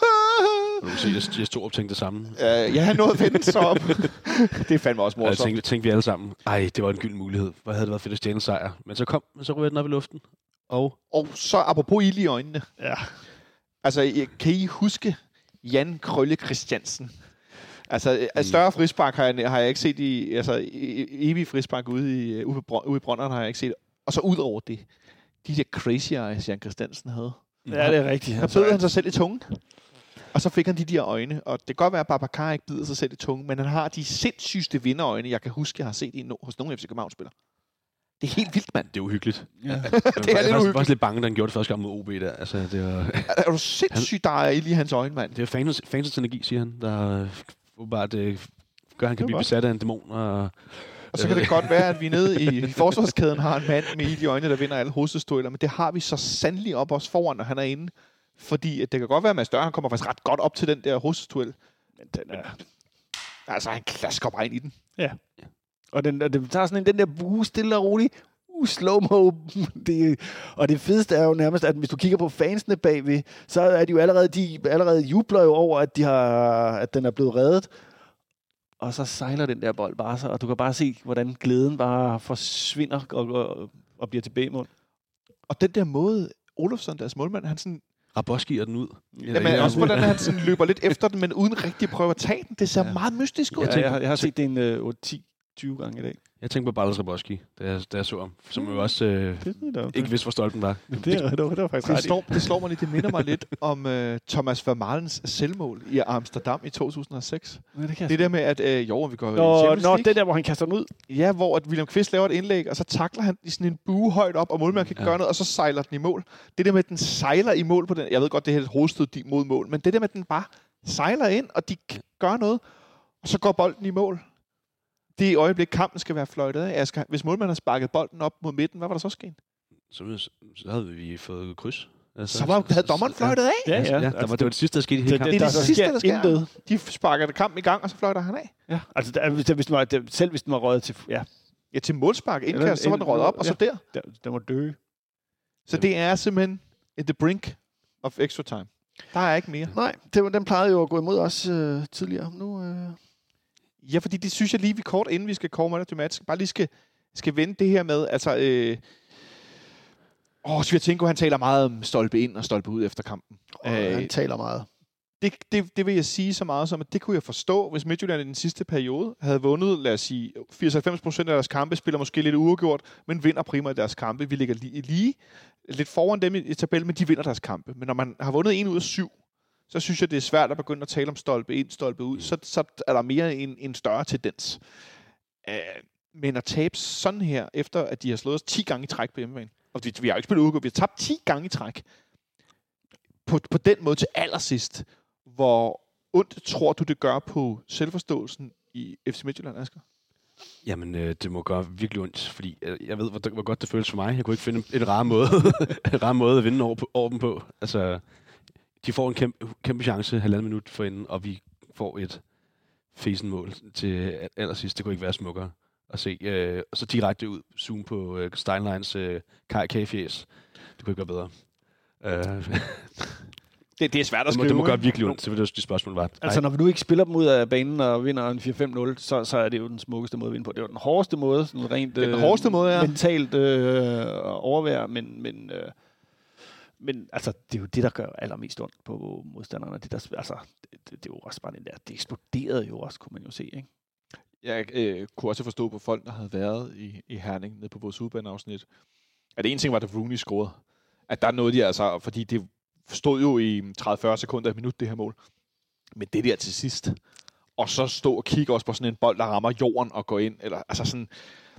du kan se, at jeg stod og tænkte det samme. Ja, jeg har nået at vende sig op. Det er fandme også Og jeg morsomt. tænkte, tænkte vi alle sammen, ej, det var en gylden mulighed. Hvor havde det været fedt at stjæle en sejr. Men så kom, men så ryger den op i luften. Og Og så apropos ild i øjnene. Ja. Altså, kan I huske Jan Krølle Christiansen? Altså, mm. større frispark har jeg, har jeg ikke set i... Altså, e- e- evig frispark ude i, ude, på, ude i Brønderen har jeg ikke set. Og så ud over det, de der crazy eyes, Jan Christiansen havde. Ja, det er rigtigt. Der bed han sig selv i tungen. Og så fik han de der øjne. Og det kan godt være, at Babacar ikke bider sig selv i tungen, men han har de sindssygste vinderøjne, jeg kan huske, jeg har set i no- hos nogle F C København-spillere. Det er helt vildt, mand. det er uhyggeligt. Ja. Jeg er var, lidt jeg var, uhyggeligt. var også lidt bange, da han gjorde det første gang mod O B der. Altså, det var, Er, er du sindssygt, der er ild i hans øjne, mand? det er fans, fansens energi, siger han, der åbenbart øh, gør, at han kan Det blive var besat af en dæmon. Og, Og så kan det godt være, at vi nede i, i forsvarskæden har en mand med ild i øjnene, der vinder alle hovedstødstueller, men det har vi så sandelig op os foran, når han er inde. Fordi at det kan godt være, at Mads Dør, han kommer faktisk ret godt op til den der hovedstødstuel. Men den er... Altså, han klasker bare ind i den. Og den, og den tager sådan en, den der bue stille og roligt. Uh, slow-mo. Det, og det fedeste er jo nærmest, at hvis du kigger på fansene bagved, så er de jo allerede, de allerede jubler jo over, at, de har, at den er blevet reddet. Og så sejler den der bold bare så, og du kan bare se, hvordan glæden bare forsvinder og, og, og bliver tilbage imod. Og den der måde, Olofsson, deres målmand, han sådan... Raboskier den ud. Jamen, også hvordan han sådan løber lidt efter den, men uden rigtig at prøve at tage den. Det ser ja. Ja. meget mystisk ud. Ja, jeg, har, jeg har set det en uh, otte ti tyve gange i dag. Jeg tænkte på Bartels Raboski, da jeg, da jeg så ham. Som jo også øh, Det, det, det, ikke vidste, hvor stolt den var. det, det, det, var, det var faktisk Det ret i. slår, det slår mig lidt. Det minder mig lidt om uh, Thomas Vermaelens selvmål i Amsterdam i to tusind og seks. Ja, det kan Det der med, at uh, jo, vi går i Nå, Champions nå, League. det der, hvor han kaster den ud. Ja, hvor at William Kvist laver et indlæg, og så takler han i sådan en bue højt op, og målmanden kan ikke Ja. gøre noget, og så sejler den i mål. Det der med, at den sejler i mål på den... Jeg ved godt, det her er et hovedstød mod mål, men det der med, at den bare sejler ind, og de k- gør noget, og så går bolden i mål. Det øjeblik, kampen skal være fløjtet af. Asger, hvis målmanden har sparket bolden op mod midten, hvad var der så sket? Så, så havde vi fået kryds. Altså, Så var, havde dommeren fløjtet af. Ja, ja, ja der var, det var det sidste, der skete i hele Det, kampen. det er der, det der sidste, sker der sker. intet. De sparker kampen i gang, og så fløjter han af. Ja, altså der, hvis, hvis den var, det, selv hvis den var røget til, ja, Ja, til målspark, indkast, så var den røget op, og så der. der, den var dø. Så det er simpelthen at the brink of extra time. Der er ikke mere. Nej, det, var- den plejede jo at gå imod os øh, tidligere. Nu, øh... Ja, fordi det synes jeg lige, vi kort inden vi skal komme med til match, bare lige skal, skal vende det her med, altså, øh, Åh, oh, Svirchenko, han taler meget om stolpe ind og stolpe ud efter kampen. Oh, øh, han taler meget. Det, det, det vil jeg sige så meget som, at det kunne jeg forstå, hvis Midtjylland i den sidste periode havde vundet, lad os sige, firs til halvfems procent af deres kampe, spiller måske lidt uafgjort, men vinder primært deres kampe. Vi ligger lige, lige lidt foran dem i tabellen, men de vinder deres kampe. Men når man har vundet en ud af syv, så synes jeg, det er svært at begynde at tale om stolpe ind, stolpe ud. Så, så er der mere en, en større tendens. Uh, men at tabe sådan her, efter at de har slået os ti gange i træk på hjemmebane, og vi, vi har jo ikke spillet uafgjort, vi har tabt ti gange i træk, på, på den måde til allersidst. Hvor ondt tror du, det gør på selvforståelsen i F C Midtjylland, Asger? Jamen, øh, det må gøre virkelig ondt, fordi øh, jeg ved, hvor, hvor godt det føles for mig. Jeg kunne ikke finde en, en rar måde, en rar måde at vinde over, på, over dem på. Altså, de får en kæmpe, kæmpe chance, halvanden minut forinden, og vi får et fesenmål til allersidst. Det kunne ikke være smukkere at se. Øh, og så direkte ud, zoom på øh, Steinleins øh, K-fjes. Det kunne ikke være bedre. Øh, Det, det er svært at det må, skrive. Det må gøre virkelig ondt, så vil det også de spørgsmål var. Altså, når vi nu ikke spiller dem ud af banen og vinder en fire fem nul, så, så er det jo den smukkeste måde at vinde på. Det er jo den hårdeste måde, sådan rent den hårdeste måde, ja. mentalt øh, overvær, men, men, øh, men altså, det er jo det, der gør allermest ondt på modstanderne. Det, der, altså, det, det, det er jo også bare den der, det eksploderede jo også, kunne man jo se, ikke? Jeg øh, kunne også forstå på folk, der havde været i, i Herning, nede på vores udbaneafsnit, at det ene ting var, at Rooney scorede. At der er noget, de altså, fordi det stod jo i tredive til fyrre sekunder et minut, det her mål. Men det der til sidst, og så stå og kigge også på sådan en bold, der rammer jorden og går ind, eller altså sådan,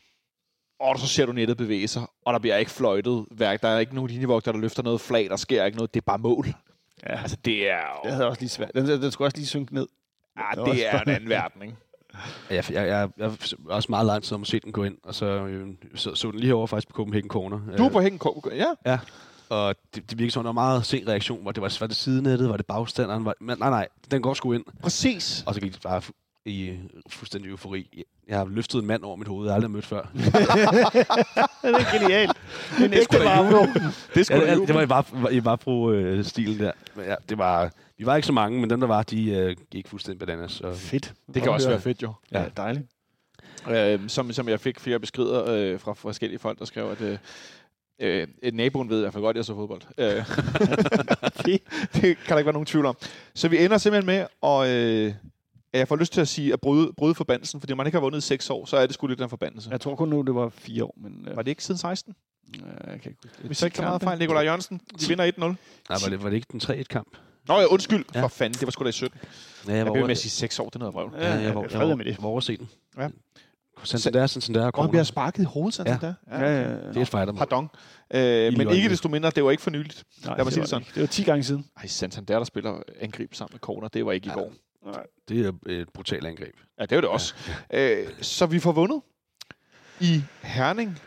og så ser du nettet bevæge sig, og der bliver ikke fløjtet værk. Der er ikke nogen linjevogter, der løfter noget flag, der sker ikke noget, det er bare mål. Ja. Altså det er jo... Det havde også lige svært. Den, den skulle også lige synke ned. Ja, det, det er en anden verden, ikke? Jeg, jeg, jeg, jeg er også meget lang tid om at se den gå ind, og så øh, så, så den lige herovre faktisk på Copenhagen Corner. Du er på Copenhagen Corner, ja? Ja. Og det, det virker som, der var meget sen reaktion, hvor det var, var det sidenettet, var det bagstanderen, var, men nej, nej, den går sgu ind. Præcis. Og så gik det bare i fuldstændig eufori. Jeg har løftet en mand over mit hoved, jeg har aldrig mødt før. Det er genialt. Men det skulle da jubel. Det skulle ja, det var i bare, i bare pro øh, stilen der. Men ja, det var, vi var ikke så mange, men dem der var, de øh, gik fuldstændig bananas. Så. Fedt. Det kan også være fedt, jo. Ja, ja, dejligt. Øh, som, som jeg fik flere beskrider øh, fra forskellige folk, der skrev, at øh, øh, et naboen ved i hvert fald godt, at jeg så fodbold. Øh, det, det kan der ikke være nogen tvivl om. Så vi ender simpelthen med, og øh, jeg får lyst til at sige, at bryde, bryde forbandelsen, fordi man ikke har vundet i seks år, så er det sgu lidt en forbandelse. Jeg tror kun nu, det var fire år. Men, øh, var det ikke siden seksten? Øh, jeg kan ikke huske det. Hvis ikke så meget fejl. Nikolaj Jørgensen, de vinder et nul. Nej, var det, var det ikke den tre et kamp? Nå ja, undskyld. Ja. Ja. For fanden, det var sgu da i sytten. Ja, jeg, jeg var blev med at sige seks år, det er noget vrøvl. Ja, jeg, jeg, var, jeg, jeg, var, jeg var overset den. Ja. Santander, Santander og Og han bliver sparket i hovedet, Santander. Ja, ja, ja. Det er et fighter. Pardon. Øh, men ikke desto mindre, det var ikke for nyligt. Nej, Lad mig det, sige var det sådan. ikke. Det var ti gange siden. Ej, Santander, der spiller angreb sammen med corner, det var ikke i går. Nej. Det er et brutalt angreb. Ja, det er det også. Ja. Øh, så vi får vundet i Herning.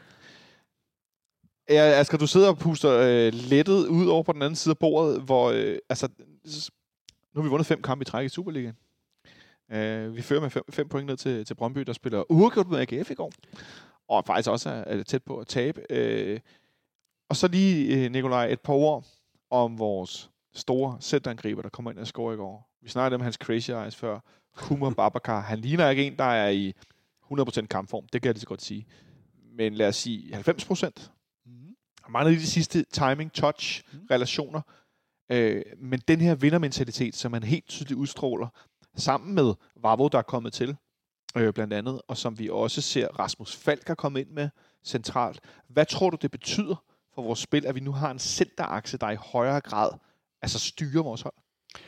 Ja, Asger, du sidder og puster øh, lettet ud over på den anden side af bordet, hvor øh, altså, nu har vi vundet fem kampe i træk i Superligaen. Øh, vi fører med fem, fem point ned til, til Brøndby, der spiller uafgjort med A G F i går. Og faktisk også er, er tæt på at tabe. Øh, og så lige, øh, Nikolaj, et par ord om vores store centerangriber, der kommer ind og scorer i går. Vi snakkede om hans crazy eyes før. Kumar Babakar. Han ligner ikke en, der er i hundrede procent kampform. Det kan jeg lige så godt sige. Men lad os sige halvfems procent. Han mangler lige de sidste timing, touch, mm. relationer. Øh, men den her vindermentalitet, som han helt tydeligt udstråler, sammen med Vavro, der er kommet til, øh, blandt andet, og som vi også ser Rasmus Falk er kommet ind med centralt. Hvad tror du, det betyder for vores spil, at vi nu har en centerakse, der i højere grad altså styrer vores hold?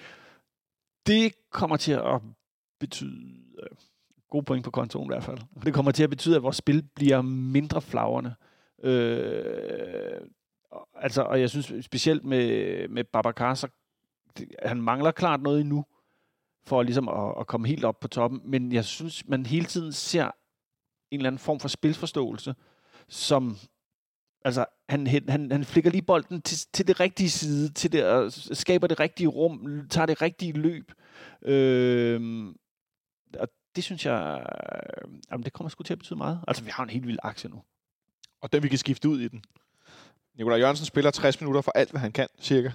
Det kommer til at betyde øh, gode point på kontoen i hvert fald. Det kommer til at betyde, at vores spil bliver mindre flagrende. Øh, altså, og jeg synes specielt med, med Babakar, så det, han mangler klart noget endnu, for ligesom at, at komme helt op på toppen, men jeg synes, man hele tiden ser en eller anden form for spilforståelse, som, altså, han, han, han flikker lige bolden til, til det rigtige side, til det, skaber det rigtige rum, tager det rigtige løb, øh, og det synes jeg, øh, jamen, det kommer sgu til at betyde meget. Altså, vi har en helt vild aktie nu. Og den vi kan skifte ud i den. Nikolaj Jørgensen spiller tres minutter for alt, hvad han kan, cirka.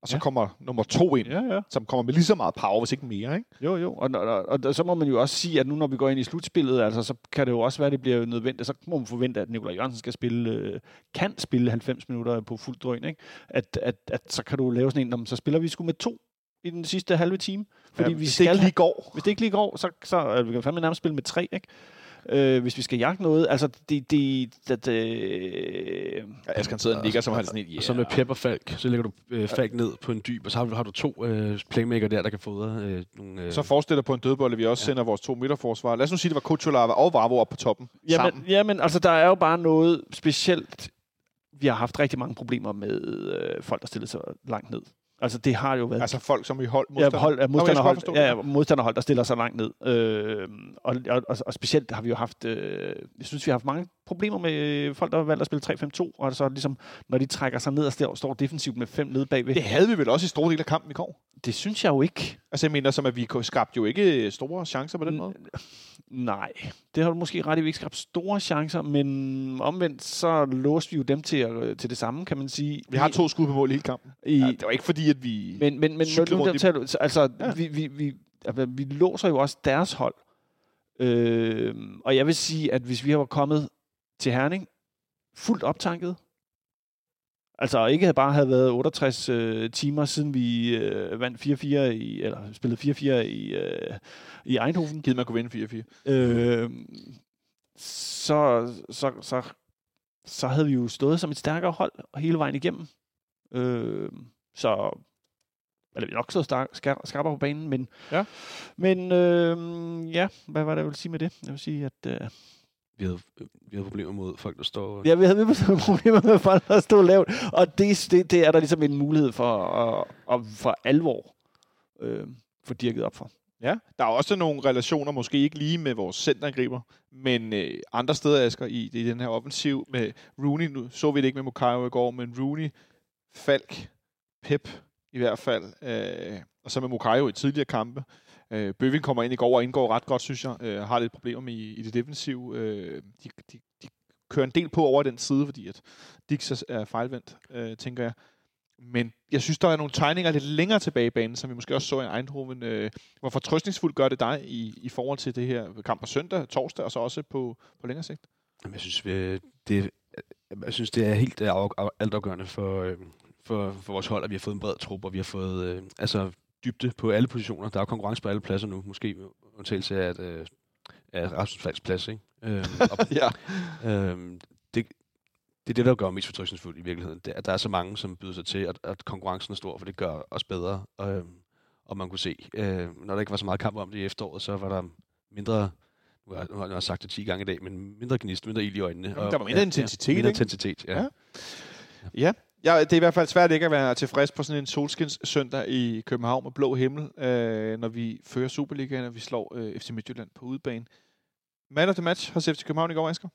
og så ja. kommer nummer to ind, ja, ja. som kommer med lige så meget power, hvis ikke mere, ikke? Jo, jo, og, og, og, og så må man jo også sige, at nu når vi går ind i slutspillet, altså, så kan det jo også være, at det bliver nødvendigt, så må man forvente, at Nikolaj Jørgensen skal spille, øh, kan spille halvfems minutter på fuld drøn, ikke? At, at, at så kan du lave sådan en, så spiller vi sgu med to i den sidste halve time. Fordi ja, vi hvis skal det ikke lige går. Hvis det ikke lige går, så, så øh, vi kan fandme nærmest spille med tre, ikke? Øh, hvis vi skal jagte noget, altså det... det, det, det øh, ja, Asger sidder og nikker, som han sådan et, yeah. Og så med Pep og Falk, så lægger du øh, Falk ned på en dyb, og så har du, har du to øh, playmaker der, der kan fodre øh, nogle... Øh... Så forestiller på en dødbold, at vi også ja. sender vores to midterforsvar. Lad os nu sige, det var Kuchulava og Vavro op på toppen jamen, sammen. Jamen, altså der er jo bare noget specielt. Vi har haft rigtig mange problemer med øh, folk, der stiller sig langt ned. Altså, det har jo været... Altså folk, som i hold modstander? Ja, hold, ja, modstanderhold, ja, ja, modstanderhold, der stiller sig langt ned. Øh, og, og, og specielt har vi jo haft... Øh, jeg synes, vi har haft mange problemer med folk, der har valgt at spille tre fem to, og så ligesom, når de trækker sig ned og står, står defensivt med fem nede bagved. Det havde vi vel også i store del af kampen i går? Det synes jeg jo ikke. Altså, jeg mener, som at vi skabte jo ikke store chancer på den måde. Nej, det har du måske ret i, vi ikke skabt store chancer, men omvendt så låste vi jo dem til, til det samme, kan man sige. Vi har to skud på mål i hele kampen. I, ja, det var ikke fordi, at vi men, men, men nu, der tager, altså, ja. vi, vi, vi, altså, vi låser jo også deres hold. Øh, og jeg vil sige, at hvis vi var kommet til Herning fuldt optanket, altså ikke bare havde været otteogtres øh, timer siden vi øh, vandt fire fire i, eller spillede fire fire i, øh, i Eindhoven. Givet man kunne vinde fire fire. Øh, så, så, så, så havde vi jo stået som et stærkere hold hele vejen igennem. Øh, så eller vi nok stået skarpere skar, på banen, men ja, men øh, ja, hvad var det jeg ville sige med det? Jeg vil sige at øh, Vi havde, vi havde problemer mod folk, der står... Ja, vi havde problemer med folk, der stod lavt. Og det, det, det er der ligesom en mulighed for at, at for alvor øh, få dirket op for. Ja, der er også nogle relationer, måske ikke lige med vores centerangriber, men øh, andre steder, Asger, i, i den her offensiv med Rooney. Nu så vi det ikke med Mukayo i går, men Rooney, Falk, Pep i hvert fald, øh, og så med Mukayo i tidligere kampe. Øh, Bøving kommer ind i går og indgår ret godt, synes jeg. Øh, har lidt problemer med i, i det defensive. Øh, de, de, de kører en del på over den side, fordi at Dix er fejlvendt, øh, tænker jeg. Men jeg synes, der er nogle tegninger lidt længere tilbage i banen, som vi måske også så i Eindhoven. Øh, hvor fortrøstningsfuldt gør det dig i, i forhold til det her kamp på søndag, torsdag, og så også på, på længere sigt? Jamen, jeg synes, vi, det, jeg synes, det er helt altafgørende for, for, for vores hold, at vi har fået en bred trup, og vi har fået øh, altså, dybde på alle positioner. Der er jo konkurrence på alle pladser nu. Måske undtagelse af, at, øh, af Rasmus Falks plads, ikke? Øhm, og, ja. øhm, det, det er det, der gør mest fortrøstningsfuldt i virkeligheden. Det er, at der er så mange, som byder sig til, at, at konkurrencen er stor, for det gør os bedre. Og, og man kunne se, øh, når der ikke var så meget kamp om det i efteråret, så var der mindre, nu har, nu har jeg sagt det ti gange i dag, men mindre gnist, mindre ild i øjnene. Jamen, der var mindre ja, intensitet, ja, mindre ikke? intensitet, ja. Ja. ja. Ja, det er i hvert fald svært ikke at være tilfreds på sådan en solskins søndag i København med blå himmel, øh, når vi fører Superligaen, og vi slår øh, F C Midtjylland på udebane. Man of the match hos F C København i går, Asger?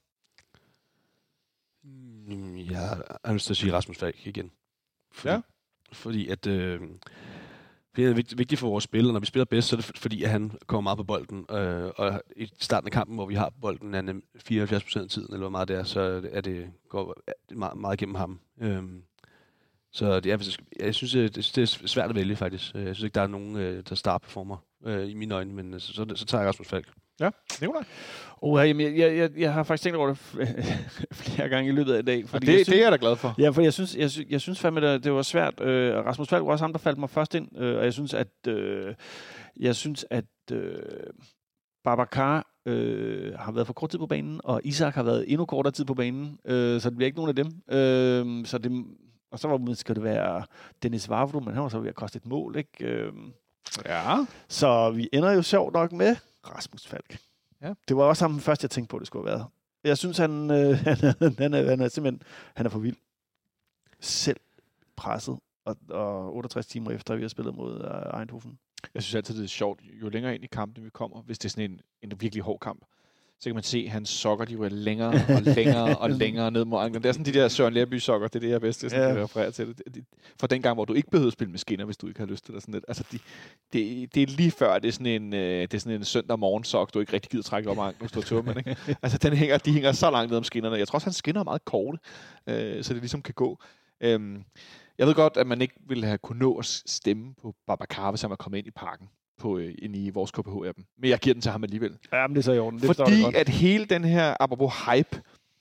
Jeg har lyst til at sige Rasmus Falk igen. Fordi, ja. Fordi at... Øh, det er vigtigt, vigtigt for vores spil, og når vi spiller bedst, så er det fordi, at han kommer meget på bolden. Øh, og i starten af kampen, hvor vi har bolden, er fireoghalvfjerds procent af tiden, eller hvor meget det er, så er det, går det meget, meget igennem ham. Øh, så det er, jeg synes, det er svært at vælge, faktisk. Jeg synes ikke, der er nogen, der star-performer øh, i mine øjne, men så, så, så tager jeg Rasmus Falk. Ja, det var oh, jeg, jeg, jeg, jeg har faktisk tænkt over det flere gange i løbet af i dag. Fordi det, synes, det er jeg da glad for. Ja, for jeg synes, jeg, jeg synes fandme, det, det var svært. Øh, Rasmus Falk var også ham, der faldt mig først ind, øh, og jeg synes, at øh, jeg synes, at øh, Babacar øh, har været for kort tid på banen, og Isak har været endnu kortere tid på banen, øh, så det bliver ikke nogen af dem. Øh, så det, og så var, skal det være Dennis Vavro, men han var så ved at koste et mål, ikke? Øh, ja. Så vi ender jo sjovt nok med Rasmus Falk. Ja. Det var også ham først, jeg tænkte på, det skulle have været. Jeg synes, han, øh, han, er, han, er, han er simpelthen han er for vild. Selv presset, og, og otteogtres timer efter, vi har spillet mod uh, Eindhoven. Jeg synes altid, det er sjovt, jo længere ind i kampen vi kommer, hvis det er sådan en, en virkelig hård kamp, så kan man se, at hans sokker, de var længere og længere og længere ned mod anklen. Det er sådan de der Søren Lerby-sokker, det er det, jeg bedst ja. kan referere til det. For den gang, hvor du ikke behøvede at spille med skinner, hvis du ikke har lyst til det. Sådan lidt. Altså, de, det, det er lige før, det er sådan en, det er sådan en søndag morgensok, du ikke rigtig gider trække op af anklen, hvis du er tømmer, ikke? Altså, den hænger, de hænger så langt ned om skinnerne. Jeg tror også, hans skinner er meget korte, øh, så det ligesom kan gå. Øhm, jeg ved godt, at man ikke ville have kunnet nå at stemme på Babacar, hvis han var kommet ind i parken på, øh, ind i vores K P H-appen. Men jeg giver den til ham alligevel. Ja, men det er så i orden. Det Fordi at hele den her, apropos hype,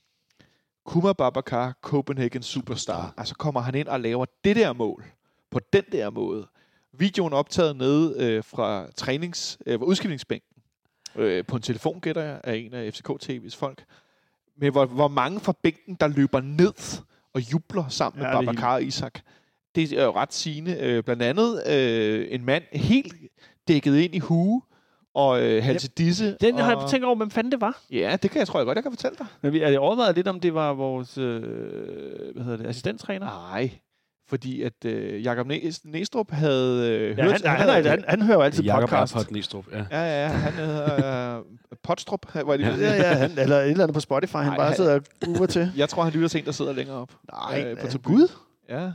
Kumar Babacar, Copenhagen Superstar, altså kommer han ind og laver det der mål på den der måde. Videoen er optaget nede øh, fra trænings, øh, udskiftningsbænken øh, på en telefon, gætter jeg, af en af F C K T V's folk. Med hvor, hvor mange fra bænken, der løber ned og jubler sammen ja, med Babacar og Isak. Det er jo ret sigende. Øh, blandt andet øh, en mand helt dækket ind i hue og øh, halse disse. Den og... har jeg tænkt over, hvem fanden det var. Ja, det kan jeg, tror jeg godt, jeg kan fortælle dig. Men vi er overvejet lidt, om det var vores øh, hvad hedder det, assistenttræner? Nej, fordi at øh, Jakob Næstrup havde øh, ja, hørt... Han, han, han, han, han hører jo altid Jacob podcast. Jakob Næstrup, ja. Ja, ja, han hedder øh, Potstrup. Var det ja, ja, ja han, eller et eller andet på Spotify, han Nej, bare han, sidder og guver til. Jeg tror, han lytter til en, der sidder længere op. Nej, øh, på øh, Gud? Ja.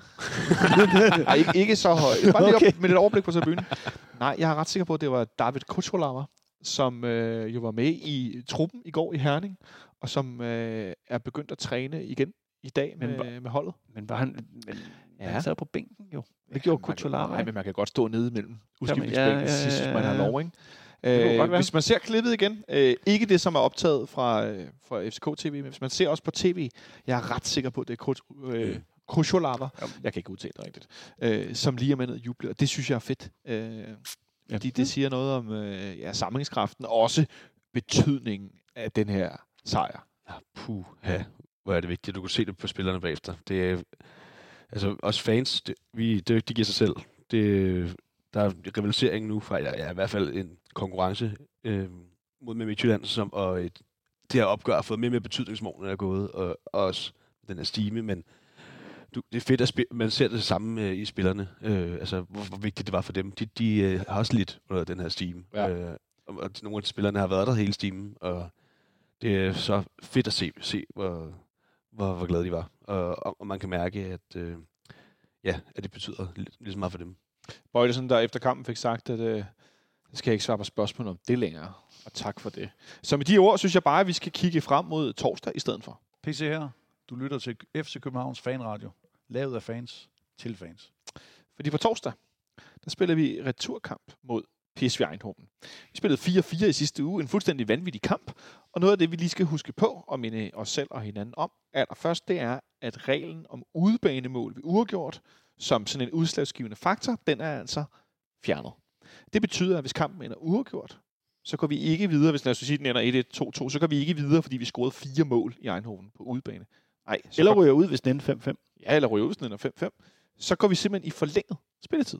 Ej, ikke, ikke så højt. Bare lige okay. op med et overblik på tribunen. Nej, jeg er ret sikker på, at det var David Kucholava, som øh, jo var med i truppen i går i Herning, og som øh, er begyndt at træne igen i dag med, men, med holdet. Men var han... Men, ja. Han sad på bænken, jo. Det gjorde Kucholava. Nej, men man kan godt stå nede mellem udskiftningsbænken, ja, ja, ja, ja, ja. Hvis man har lov, ikke? Øh, hvis man ser klippet igen, øh, ikke det, som er optaget fra, øh, fra F C K T V, men hvis man ser også på tv, jeg er ret sikker på, at det er øh, Kucholava, jeg kan ikke udtale det rigtigt, øh, som lige er med ned og jubler, og det synes jeg er fedt. Øh, ja. Fordi det siger noget om øh, ja, samlingskraften, og også betydningen af den her sejr. Ja, puh, ja. Hvor er det vigtigt, at du kan se det på spillerne bagefter. Det er, altså, os fans, det, vi, det, det giver sig selv. Det, der er rivalisering nu fra, ja, ja, i hvert fald en konkurrence øh, mod med Midtjylland, som, og et, det her opgør har fået mere og mere betydningsmål, er gået, og, og også den her stime, men du, det er fedt, at spil- man ser det samme øh, i spillerne, øh, altså hvor, hvor vigtigt det var for dem. De, de øh, har også lidt under den her stime, ja. øh, og, og nogle af spillerne har været der hele stimen, og det er så fedt at se, se hvor, hvor, hvor glade de var, og, og man kan mærke, at, øh, ja, at det betyder lidt, lidt så meget for dem. Bøjlesen, der efter kampen fik sagt, at øh, skal jeg ikke svare på spørgsmål om det længere, og tak for det. Så med de ord, synes jeg bare, at vi skal kigge frem mod torsdag i stedet for. P C her. Du lytter til F C Københavns fanradio. Lavet af fans til fans. Fordi på torsdag, der spiller vi returkamp mod P S V Eindhoven. Vi spillede fire fire i sidste uge, en fuldstændig vanvittig kamp, og noget af det, vi lige skal huske på og minde os selv og hinanden om, allerførst, det er, at reglen om udebanemål ved uafgjort, som sådan en udslagsgivende faktor, den er altså fjernet. Det betyder, at hvis kampen ender uafgjort, så går vi ikke videre, hvis lad os sige, den ender et et to to, så går vi ikke videre, fordi vi scorede fire mål i Eindhoven på udebane. Nej, eller ryger ud, hvis den ender fem fem. Ja, eller ryger ud, hvis den ender fem fem. Så går vi simpelthen i forlænget spilletid.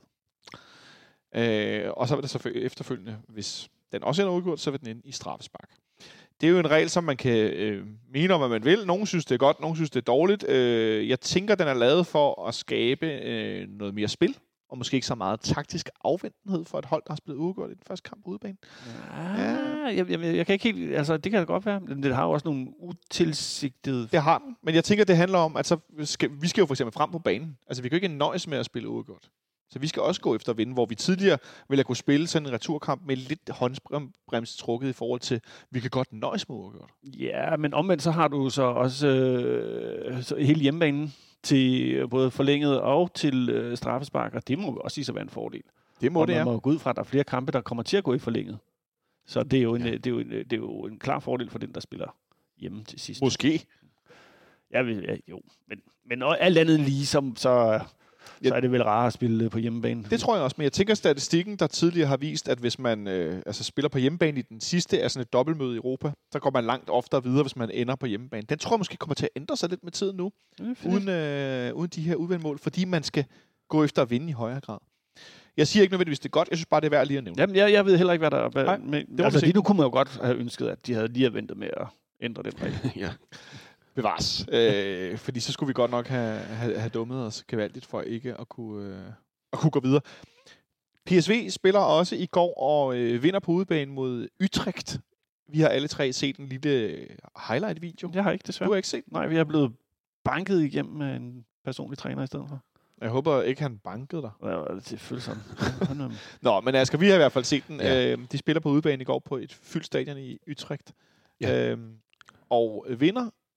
Øh, og så vil det så efterfølgende, hvis den også ender uafgjort, så vil den ende i straffespark. Det er jo en regel, som man kan øh, mene om, hvad man vil. Nogle synes, det er godt, nogle synes, det er dårligt. Øh, jeg tænker, den er lavet for at skabe øh, noget mere spil, og måske ikke så meget taktisk afventenhed for et hold, der har spillet uafgjort i den første kamp på udebane. Ja, jeg, jeg, jeg kan ikke helt... Altså, det kan det godt være, men det har jo også nogle utilsigtede... Det har den, men jeg tænker, det handler om, at så skal, vi skal jo for eksempel frem på banen. Altså, vi kan jo ikke nøjes med at spille uafgjort. Så vi skal også gå efter at vinde, hvor vi tidligere ville have kunne spille sådan en returkamp med lidt håndbremse trukket i forhold til, vi kan godt nøjes med uafgjort. Ja, men omvendt så har du så også øh, så hele hjemmebanen til både forlænget og til øh, straffespark, og det må også sige så være en fordel. Det må og det, ja. man må gå ud fra, at der er flere kampe, der kommer til at gå i forlænget. Så det er jo en, ja. det er jo en, det er jo en klar fordel for den, der spiller hjemme til sidst. Måske. Ja, ja jo. Men, men alt andet lige, som, så... så er det vel rart at spille på hjemmebane. Det tror jeg også, men jeg tænker statistikken, der tidligere har vist, at hvis man øh, altså spiller på hjemmebane i den sidste af sådan et dobbeltmøde i Europa, så går man langt oftere videre, hvis man ender på hjemmebane. Den tror jeg måske kommer til at ændre sig lidt med tiden nu, uden, øh, uden de her udvendmål, fordi man skal gå efter at vinde i højere grad. Jeg siger ikke nødvendigvis, det er godt. Jeg synes bare, det er værd lige at nævne. Jamen, jeg, jeg ved heller ikke, hvad der er. Hvad, Nej, men, det altså, lige nu kunne man jo godt have ønsket, at de havde lige ventet med at ændre den regel. Ja. Bevares. øh, fordi så skulle vi godt nok have, have, have dummet os gevaldigt for ikke at kunne, øh, at kunne gå videre. P S V spiller også i går og øh, vinder på udebane mod Utrecht. Vi har alle tre set en lille highlight-video. Jeg har ikke desværre. Du har ikke set? Nej, vi er blevet banket igennem med en personlig træner i stedet for. Jeg håber ikke, han bankede dig. Ja, det føles sådan. Nå, men Asger, vi har i hvert fald set den. Ja. Øh, de spiller på udebane i går på et fyldt stadion i Utrecht. Ja. Øh, og vinder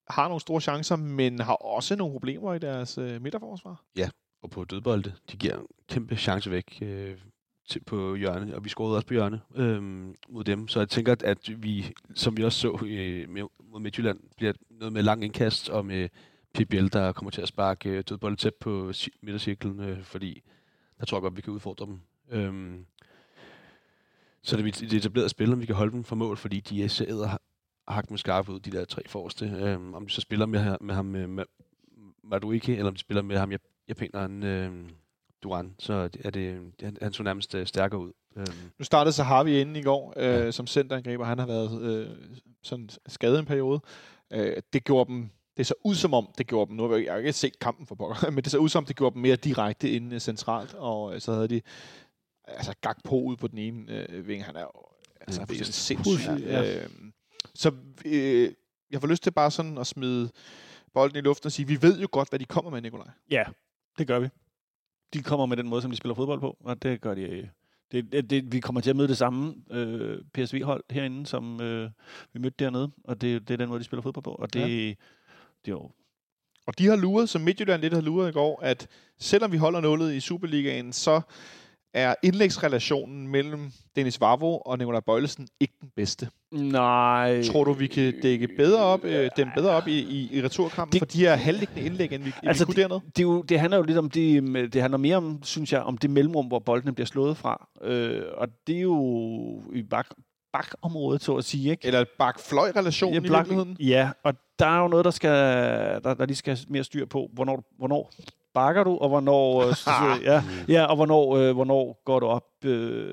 har nogle store chancer, men har også nogle problemer i deres øh, midterforsvar. Ja, og på dødbolde. De giver en kæmpe chance væk øh, til, på hjørne, og vi scorede også på hjørne øh, mod dem. Så jeg tænker, at vi, som vi også så øh, med, mod Midtjylland, bliver noget med lang indkast, og med P B L, der kommer til at sparke øh, dødbolde tæt på midtercirklen, øh, fordi der tror jeg godt, vi kan udfordre dem. Øh, så det er det etablerede spil, om vi kan holde dem for mål, fordi de er sæder hak med skarpe ud, de der tre forreste. Øh, om de så spiller med, med ham med, med Madueke, eller om de spiller med ham japaneren øh, Duran, så er det, han, han så nærmest øh, stærkere ud. Øh. Nu startede så har vi inden i går øh, ja. som centerangriber. Han har været øh, sådan skadet en periode. Øh, det gjorde dem, det så ud som om, det gjorde dem, nu har jeg ikke set kampen for pokker, men det så ud som om, det gjorde dem mere direkte inde centralt, og øh, så havde de altså Gakpo ud på den ene øh, ving. Han er jo altså ja, sindssygt. Ja. Øh, så øh, jeg får lyst til bare sådan at smide bolden i luften og sige, vi ved jo godt, hvad de kommer med, Nikolaj. Ja, det gør vi. De kommer med den måde, som de spiller fodbold på, og det gør de. Det, det, det, vi kommer til at møde det samme øh, P S V-hold herinde, som øh, vi mødte dernede, og det, det er den måde, de spiller fodbold på, og det, ja. det er jo... Og de har luret, som Midtjylland lidt har luret i går, at selvom vi holder nullet i Superligaen, så er indlægsrelationen mellem Dennis Vavro og Nikolaj Bøjlesen ikke den bedste. Nej. Tror du, vi kan dække bedre op, øh, dem bedre op i, i, i returkampen, det, for de her halvliggende indlæg, end vi, altså vi kunne dernede? Det, det, jo, det handler jo lidt om det, det handler mere om, synes jeg, om det mellemrum, hvor boldene bliver slået fra. Øh, og det er jo i bak, bakområdet, så at sige, ikke? Eller bak-fløj-relationen ja, i virkeligheden. Ja, og der er jo noget, der skal, der, der lige skal mere styr på, hvornår, hvornår bakker du, og hvornår øh, ja, ja, og hvornår øh, hvornår går du op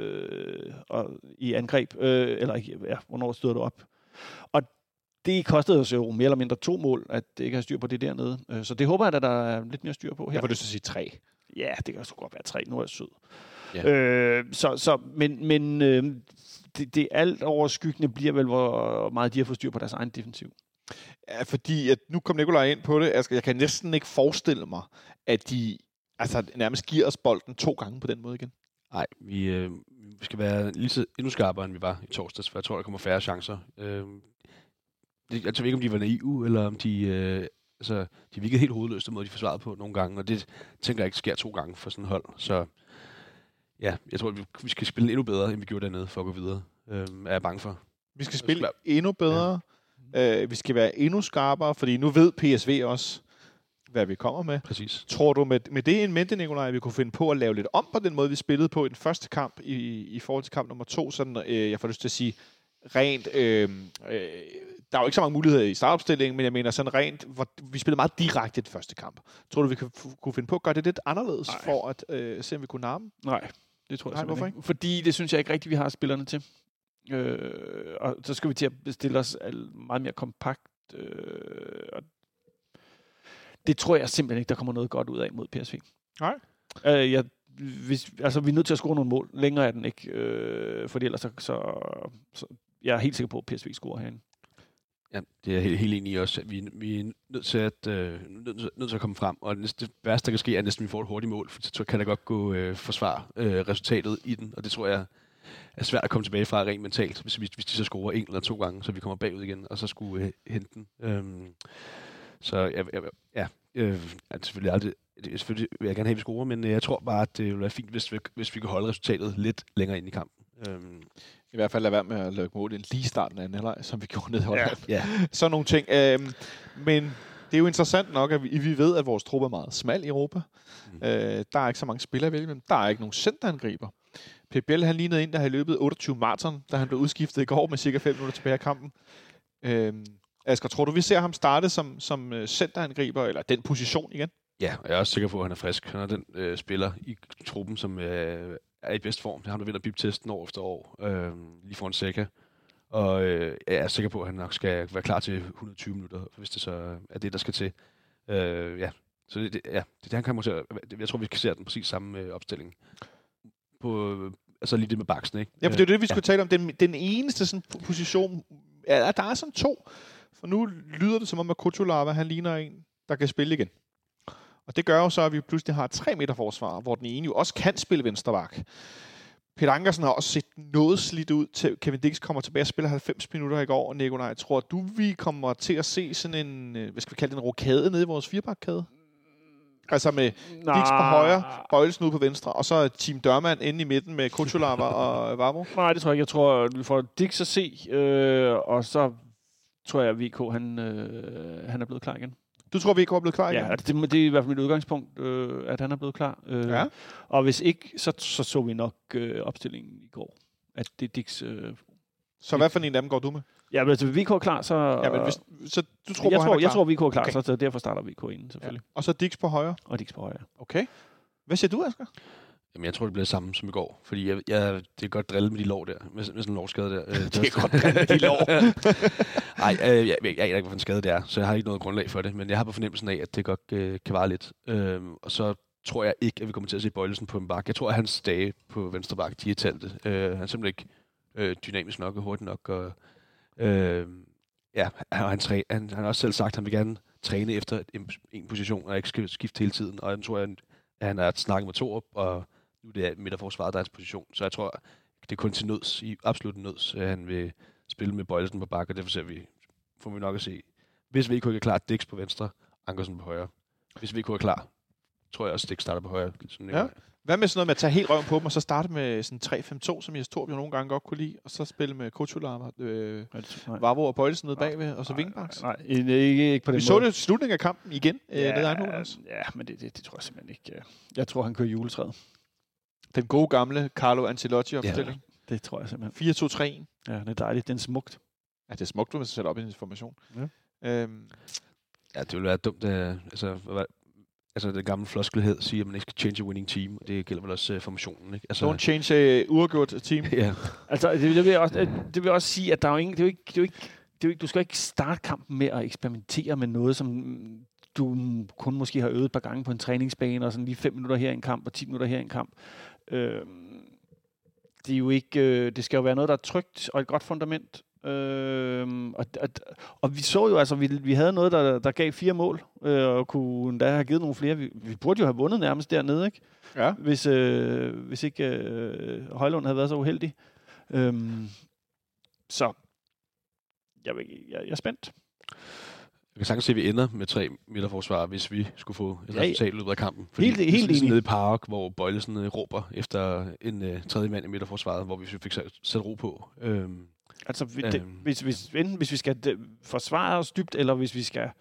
øh, og, i angreb øh, eller ja, hvornår støder du op. Og det kostede os jo mere eller mindre to mål, at det ikke har styr på det dernede. Øh, så det håber jeg, at der er lidt mere styr på her. Jeg får lyst til at sige tre. Ja, det kan så godt være tre. Nu er jeg sød. Ja. Øh, så, så, men men øh, det, det alt overskyggende bliver vel, hvor meget de har fået styr på deres egen defensiv. Ja, fordi at nu kom Nikolaj ind på det. Altså, jeg kan næsten ikke forestille mig, at de altså, nærmest giver os bolden to gange på den måde igen. Nej, vi, øh, vi skal være lige så endnu skarpere, end vi var i torsdags, for jeg tror, der kommer færre chancer. Øh, det, jeg tror ikke, om de var naive, eller om de, øh, altså, de virkede helt hovedløst, den måde, de forsvarede på nogle gange, og det tænker jeg ikke sker to gange for sådan et hold. Så ja, jeg tror, vi, vi skal spille endnu bedre, end vi gjorde dernede, for at gå videre. Øh, er jeg bange for. Vi skal spille endnu bedre. Ja. Uh, vi skal være endnu skarpere, fordi nu ved P S V også, hvad vi kommer med. Præcis. Tror du med, med det en mente, Nikolaj, at vi kunne finde på at lave lidt om på den måde, vi spillede på i den første kamp, i, i forhold til kamp nummer to, sådan, uh, jeg får lyst til at sige, rent, øh, øh, der er jo ikke så mange muligheder i startopstillingen, men jeg mener sådan rent, hvor vi spillede meget direkte i den første kamp. Tror du, vi kunne, kunne finde på at gøre det lidt anderledes, Nej. for at øh, se, om vi kunne narme? Nej, det tror jeg Nej, hvorfor ikke. Fordi det synes jeg ikke rigtigt, vi har spillerne til. Øh, og så skal vi til at bestille os meget mere kompakt. Øh, og det tror jeg simpelthen ikke, der kommer noget godt ud af mod P S V. Nej. Øh, jeg, hvis, altså, vi er nødt til at score nogle mål. Længere er den ikke. Øh, fordi ellers så, så, så... Jeg er helt sikker på, at P S V scorer herinde. Ja, det er jeg helt, helt enig i også. Vi, vi er nødt til, at, øh, nødt, nødt til at komme frem. Og det værste, der kan ske, er næsten, at vi får et hurtigt mål. For så kan der godt gå øh, forsvar øh, resultatet i den. Og det tror jeg er svært at komme tilbage fra rent mentalt, hvis, hvis de så scorer en eller to gange, så vi kommer bagud igen, og så skulle øh, hente den. Øhm, så jeg, jeg, ja, øh, altså, selvfølgelig aldrig, selvfølgelig vil jeg gerne have, at vi scorer, men jeg tror bare, at det ville være fint, hvis vi, hvis vi kan holde resultatet lidt længere ind i kampen. Øhm. I hvert fald lade være med at lave mål i en lige starten af anden halvleg, som vi gjorde ned i Holland. Ja. Ja. Sådan nogle ting. Øhm, men det er jo interessant nok, at vi, vi ved, at vores truppe er meget smal i Europa. Mm. Øh, der er ikke så mange spillere at vælge mellem. Der er ikke nogen centerangriber. P B L, han lignede en, der havde løbet otteogtyve maraton, da han blev udskiftet i går med cirka fem minutter tilbage i kampen. Øhm, Asger, tror du, vi ser ham starte som, som centerangriber, eller den position igen? Ja, jeg er også sikker på, at han er frisk. Han er den øh, spiller i truppen, som øh, er i bedst form. Det er ham, der vinder B I P-testen år efter år, øh, lige foran Seca. Og øh, jeg er sikker på, at han nok skal være klar til et hundrede og tyve minutter, hvis det så er det, der skal til. Øh, ja, så det, det, ja, det, det han kommer til at, jeg tror, vi kan se den præcis samme øh, opstilling. På, altså lige det med baksen, ikke? Ja, for det er det, vi skulle ja. tale om. Den, den eneste sådan, position, ja, der er sådan to. For nu lyder det som om, at Kutulava, han ligner en, der kan spille igen. Og det gør jo så, at vi pludselig har tre meter forsvar, hvor den ene jo også kan spille venstreback. Peter Ankersen har også set noget slidt ud til Kevin Dix kommer tilbage og spiller halvfems minutter i går. Nikolaj, tror du, vi kommer til at se sådan en, hvad skal vi kalde det, en rokade nede i vores firebakkæde? Altså med nah. Dix på højre, Bøjlesen ude på venstre, og så Team Dørmand inde i midten med Kuchulava og Vavro? Nej, det tror jeg ikke. Jeg tror, vi får Dix at se, øh, og så tror jeg, at V K han, øh, han er blevet klar igen. Du tror, V K er blevet klar igen? Ja, det, det er i hvert fald mit udgangspunkt, øh, at han er blevet klar. Øh, ja. Og hvis ikke, så så, så vi nok øh, opstillingen i går. At det er Dix... Øh, så hvad for en af dem går du med? Ja, men altså, V K er klar, så... Ja, men hvis, så du tror, jeg, på, tror, han er jeg tror, V K er klar, okay. så derfor starter V K inden, selvfølgelig. Ja. Og så Dix på højre? Og Dix på højre. Okay. Hvad siger du, Asger? Jamen, jeg tror, det bliver samme som i går. Fordi jeg, jeg, det er godt drille med de lår der. Med, med sådan en lårskade der. det er godt drille med de lår. Nej, jeg, jeg, jeg, jeg aner ikke, hvad en skade det er. Så jeg har ikke noget grundlag for det. Men jeg har på fornemmelsen af, at det godt øh, kan vare lidt. Øhm, og så tror jeg ikke, at vi kommer til at se Bøjlesen på en bak. Jeg tror, at hans dage på venstre bak, de er talte. Øh, han er simpelthen ikke øh, dynamisk nok og hurtigt nok. Og, øh, ja, han, han, træ, han, han har også selv sagt, at han vil gerne træne efter en, en position, og ikke skal skifte hele tiden. Og jeg tror, at han har snakket med Torup, og nu er det midterforsvaret, der er hans position. Så jeg tror, det er kun til nøds, i absolut nøds, at han vil spille med Bøjlesen på bakke, og derfor ser vi, får vi nok at se. Hvis V K ikke er klar, Dix på venstre, Ankersen på højre. Hvis V K er klar, tror jeg også, Dix starter på højre. Sådan ja. Hvad med sådan noget med at tage helt røven på dem, og så starte med sådan tre fem to, som Jes Torp jo nogle gange godt kunne lide, og så spille med Kuchulava, øh, Vavro og Bøjlesen nede bagved, og så Vingbaks? Nej, nej, ikke, ikke på den vi måde. Vi så det i slutningen af kampen igen, ja, øh, nede Eindhoven også. Ja, men det, det, det tror jeg simpelthen ikke. Jeg tror, han kører juletræet. Den gode gamle Carlo Ancelotti-opstilling. Ja, det tror jeg simpelthen. fire to tre en. Ja, det er dejligt. Den er smukt. Ja, det er smukt, hvis man sætter op i en formation. Ja. Øhm. ja, det ville være dumt. Uh, altså, altså, den gamle floskelhed siger, at man ikke skal change a winning team. Og det gælder vel også uh, formationen, ikke? Altså, Don't change a uafgjort team. ja. Altså, det, det, vil jeg også, det vil jeg også sige, at der er jo ingen... Det er jo ikke, det er jo ikke, det er jo ikke, du skal ikke starte kampen med at eksperimentere med noget, som du kun måske har øvet et par gange på en træningsbane, og sådan lige fem minutter her i en kamp, og ti minutter her i en kamp. Øh, det er jo ikke... Øh, det skal jo være noget, der er trygt, og et godt fundament. Øh, og, og, og vi så jo, altså, vi, vi havde noget, der, der gav fire mål, øh, og kunne da have givet nogle flere. Vi, vi burde jo have vundet nærmest dernede, ikke? Ja. Hvis, øh, hvis ikke øh, Højlund havde været så uheldig. Øh, så jeg, jeg, jeg er spændt. Jeg kan sagtens se, at vi ender med tre midterforsvarer, hvis vi skulle få et ja, resultat i løbet af kampen. Fordi helt helt enig. Nede i Park, hvor Bøjlesen uh, råber efter en uh, tredje mand i midterforsvaret, hvor vi fik sat, sat ro på. Øhm, altså, vi, det, øhm, hvis, hvis, enten hvis vi skal de, forsvare os dybt, eller hvis vi skal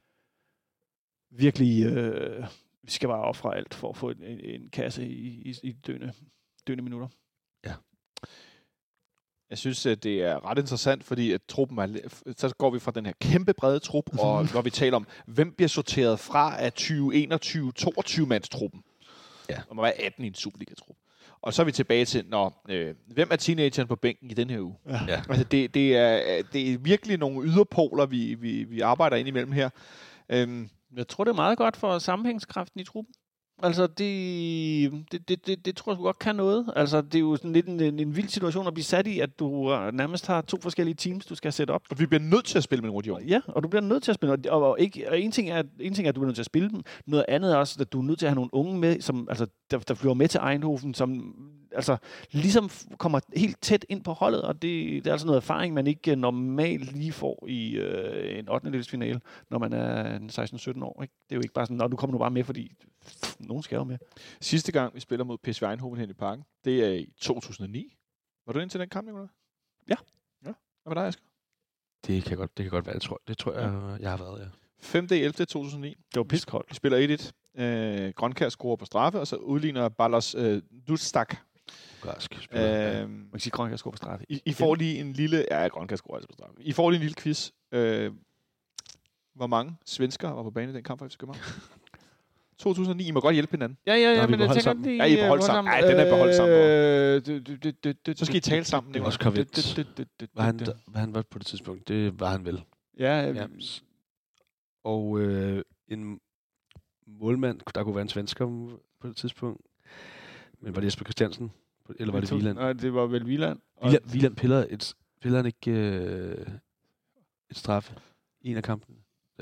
virkelig... Øh, vi skal bare ofre alt for at få en, en, en kasse i, i, i døende, døende minutter. Ja. Jeg synes, at det er ret interessant, fordi at truppen er, så går vi fra den her kæmpe brede trup, og når vi taler om, hvem bliver sorteret fra af tyve enogtyve toogtyve mands truppen. Ja. Og må være atten i en Superliga-trup. Og så er vi tilbage til, når, øh, hvem er teenageren på bænken i den her uge? Ja. Ja. Altså, det, det, er, det er virkelig nogle yderpoler, vi, vi, vi arbejder ind imellem her. Øhm, Jeg tror, det er meget godt for sammenhængskraften i truppen. Altså, det, det, det, det, det tror jeg godt kan noget. Altså, det er jo sådan lidt en, en, en vild situation at blive sat i, at du nærmest har to forskellige teams, du skal sætte op. Og vi bliver nødt til at spille med en Rodion. Ja, og du bliver nødt til at spille. Og, og, ikke, og en, ting er, en ting er, at du er nødt til at spille dem. Noget andet er også, at du er nødt til at have nogle unge med, som, altså, der, der flyver med til Eindhoven, som altså, ligesom kommer helt tæt ind på holdet. Og det, det er altså noget erfaring, man ikke normalt lige får i øh, en ottendedelsfinale, når man er seksten sytten år. Ikke? Det er jo ikke bare sådan, når du kommer nu bare med, fordi pff, nogen skal jo med. Sidste gang, vi spiller mod P S V Eindhoven hen i Parken, det er i to tusind og ni. Var du ind til den kamp, eller? Ja. Ja. Hvad var dig, Asger? Det kan godt, det kan godt være. Det tror, det tror jeg, jeg har været, ja. femte ellevte to tusind og ni. Det var piskoldt. Vi spiller et et. Øh, Grønkær scorer på straffe, og så udligner Ballas øh, Dustak. Græsk. Øh, Man kan sige, at Grønkær scorer på straffe. I, I får lige en lille... Ja, Grønkær scorer altså på straffe. I får lige en lille quiz. Øh, hvor mange svenskere var på banen i den kamp for F C København? to tusind og ni. I må godt hjælpe hinanden. Ja, ja, ja, men jeg tænker, de... Ja, I er på hold sammen. Nej, den er på hold sammen. Øh, så skal I tale sammen. Det var også Kavitz. Var han, var han var på det tidspunkt? Det var han vel. Ja. ja. Og øh, en målmand, der kunne være en svensker på det tidspunkt. Men var det Jesper Christiansen? Eller var det Wieland? Nej, det var vel Wieland. Wieland, Wieland piller, et, piller han ikke øh, et straffe i en af kampene?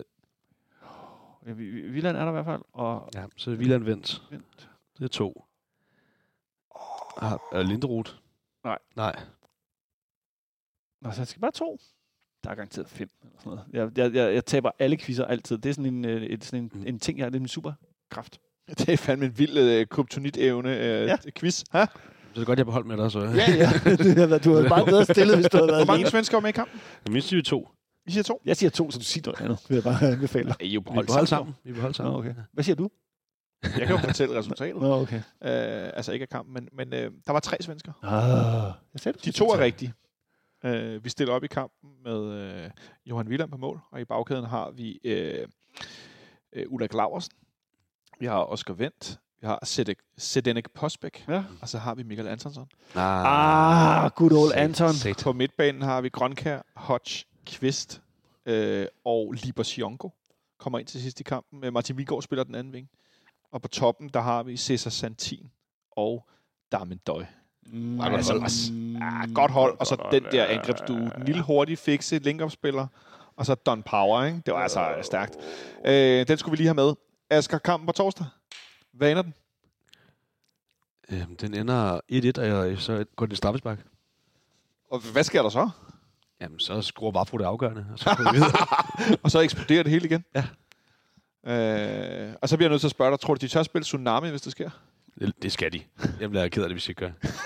Ja, Wieland er der i hvert fald. Og ja, så er Wieland vendt. vendt. Det er to. Ah, Linderoth? Nej. Nej. Nå, så jeg skal bare to. Der er garanteret fem. Eller sådan noget. Jeg, jeg, jeg, jeg taber alle quizzer altid. Det er sådan en, et, sådan en, mm. en ting, jeg har. Det er en superkraft. Det er fandme en vild uh, kryptonit-evne uh, ja. quiz. Ha? Så er det godt, jeg beholdt med dig, så. Ja, ja. Du har meget bedre stillet, hvis du havde været Hvor mange svensker var med i kampen? Jeg siger to. I siger to? Jeg siger to, så du siger noget andet. Vil jeg bare anbefale dig. I er jo beholdt sammen. sammen. Vi beholdt sammen. Nå, okay. Hvad siger du? Jeg kan jo fortælle resultatet. Nå, okay. Uh, altså ikke af kampen, men, men uh, der var tre svensker. Ah, jeg sagde, De to er rigtige. Uh, vi stiller op i kampen med uh, Johan Wieland på mål, og i bagkæden har vi uh, uh, Ulrik Laursen. Vi har Oscar Wendt. Vi har Zdeněk Postbæk. Ja. Og så har vi Michael Antonsson. Ah, ah good old Anton. På midtbanen har vi Grønkjær, Hodge, Kvist øh, og Libor Sionko. Kommer ind til sidst i kampen. Martin Vigaard spiller den anden ving. Og på toppen, der har vi Cesar Santin og Darmen Døj. Mm, ja, altså, altså, ja, godt hold. Og så den der angrebsstue. Den lille hurtige fikse link-up-spiller. Og så Don Power, ikke? Det var altså stærkt. Øh, den skulle vi lige have med. Asger, kampen på torsdag. Hvad ender den? Øhm, den ender et et, og så går den i straffespark. Og hvad sker der så? Jamen, så skruer bare på det afgørende, og så går vi videre. Og så eksploderer det hele igen? Ja. Øh, og så bliver jeg nødt til at spørge dig, tror du, de tør spille Tsunami, hvis det sker? Det, det skal de. Jeg bliver ked af det, hvis ikke gør.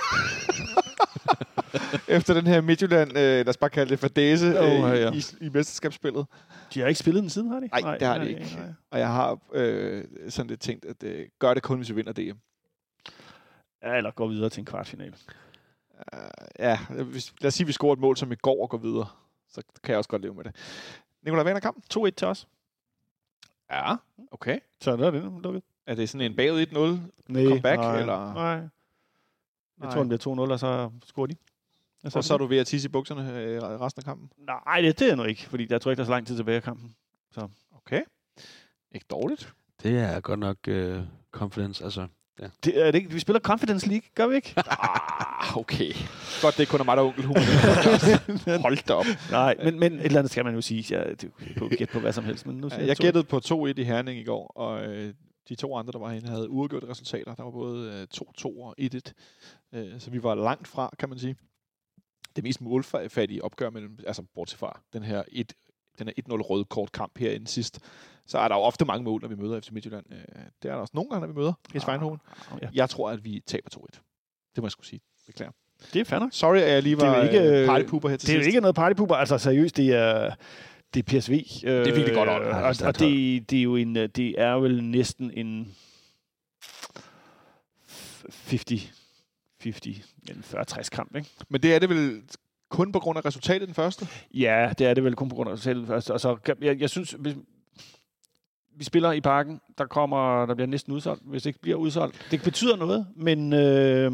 Efter den her Midtjylland, øh, lad os bare kalde det fadæse øh, oh, ja. i, i mesterskabsspillet. De har ikke spillet den siden, har de? Nej, nej det har de ikke. Nej. Og jeg har øh, sådan lidt tænkt, at øh, gør det kun, hvis vi vinder D M. Ja, eller går videre til en kvartfinale. Uh, ja, hvis, lad os sige, at vi scorer et mål, som i går og går videre. Så kan jeg også godt leve med det. Nikolaj, hvad ender kampen? to et til os. Ja, okay. Så er det lukket. Er det sådan en bagud et nul nej, comeback? Nej, eller? nej. Jeg nej. tror, den bliver to nul, og så scorer de. Og så er du ved at tisse i bukserne øh, resten af kampen? Nej, det, det er nu ikke, fordi jeg tror ikke, der er så lang tid tilbage i kampen. Så. Okay. Ikke dårligt. Det er godt nok uh, confidence, altså. Ja. Det er det ikke. Vi spiller Confidence League, gør vi ikke? ah, okay. Godt, det er kun mig, der er onkel. Hold da op. Nej, men, men et eller andet skal man jo sige. Jeg, det, jeg kunne gætte på hvad som helst. Men nu jeg jeg gættede på to et i Herning i går, og øh, de to andre, der var herinde, havde uafgjorte resultater. Der var både øh, to to og et et. Øh, så vi var langt fra, kan man sige. Det mest målfattige opgør mellem, altså bortset fra den her et, den her et nul røde kort kamp herinde sidst. Så er der jo ofte mange mål, når vi møder F C Midtjylland. Det er der også nogle gange, når vi møder Ries Feinhoven. Ah, ja. Jeg tror, at vi taber to et. Det må jeg skulle sige. Beklager. Det er fair nok. Sorry, at jeg lige var ikke, partypooper her til det sidst. Det er jo ikke noget partypooper. Altså seriøst, det er, det er P S V. Det er virkelig godt hold. Og, og det, det, er jo en, det er vel næsten en halvtreds halvtreds, en fyrre tres kamp, ikke? Men det er det vel kun på grund af resultatet den første? Ja, det er det vel kun på grund af resultatet den første. Og så, jeg, jeg synes, hvis, vi spiller i Parken, der kommer, der bliver næsten udsolgt, hvis det ikke bliver udsolgt. Det betyder noget, men, øh,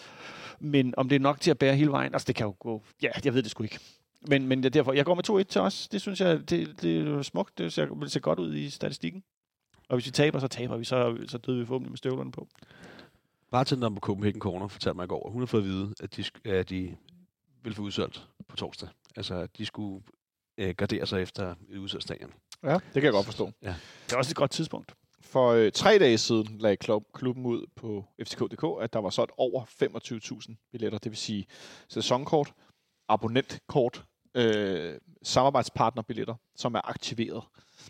men om det er nok til at bære hele vejen, altså det kan jo gå, ja, jeg ved det sgu ikke. Men, men derfor, jeg går med to et til os. Det synes jeg, det, det er smukt. Det ser, det ser godt ud i statistikken. Og hvis vi taber, så taber vi, så, så døde vi forhåbentlig med støvlerne på. Bartenderen på Copenhagen Corner fortalte mig i går, hun har fået at vide, at de, at de vil få udsolgt på torsdag. Altså, at de skulle øh, gardere sig efter et udsolgt stadion. Ja, det kan jeg godt forstå. Ja. Det er også et godt tidspunkt. For øh, tre dage siden lagde klub, klubben ud på F C K punktum d k, at der var solgt over femogtyve tusind billetter. Det vil sige sæsonkort, abonnentkort, øh, samarbejdspartnerbilletter, som er aktiveret.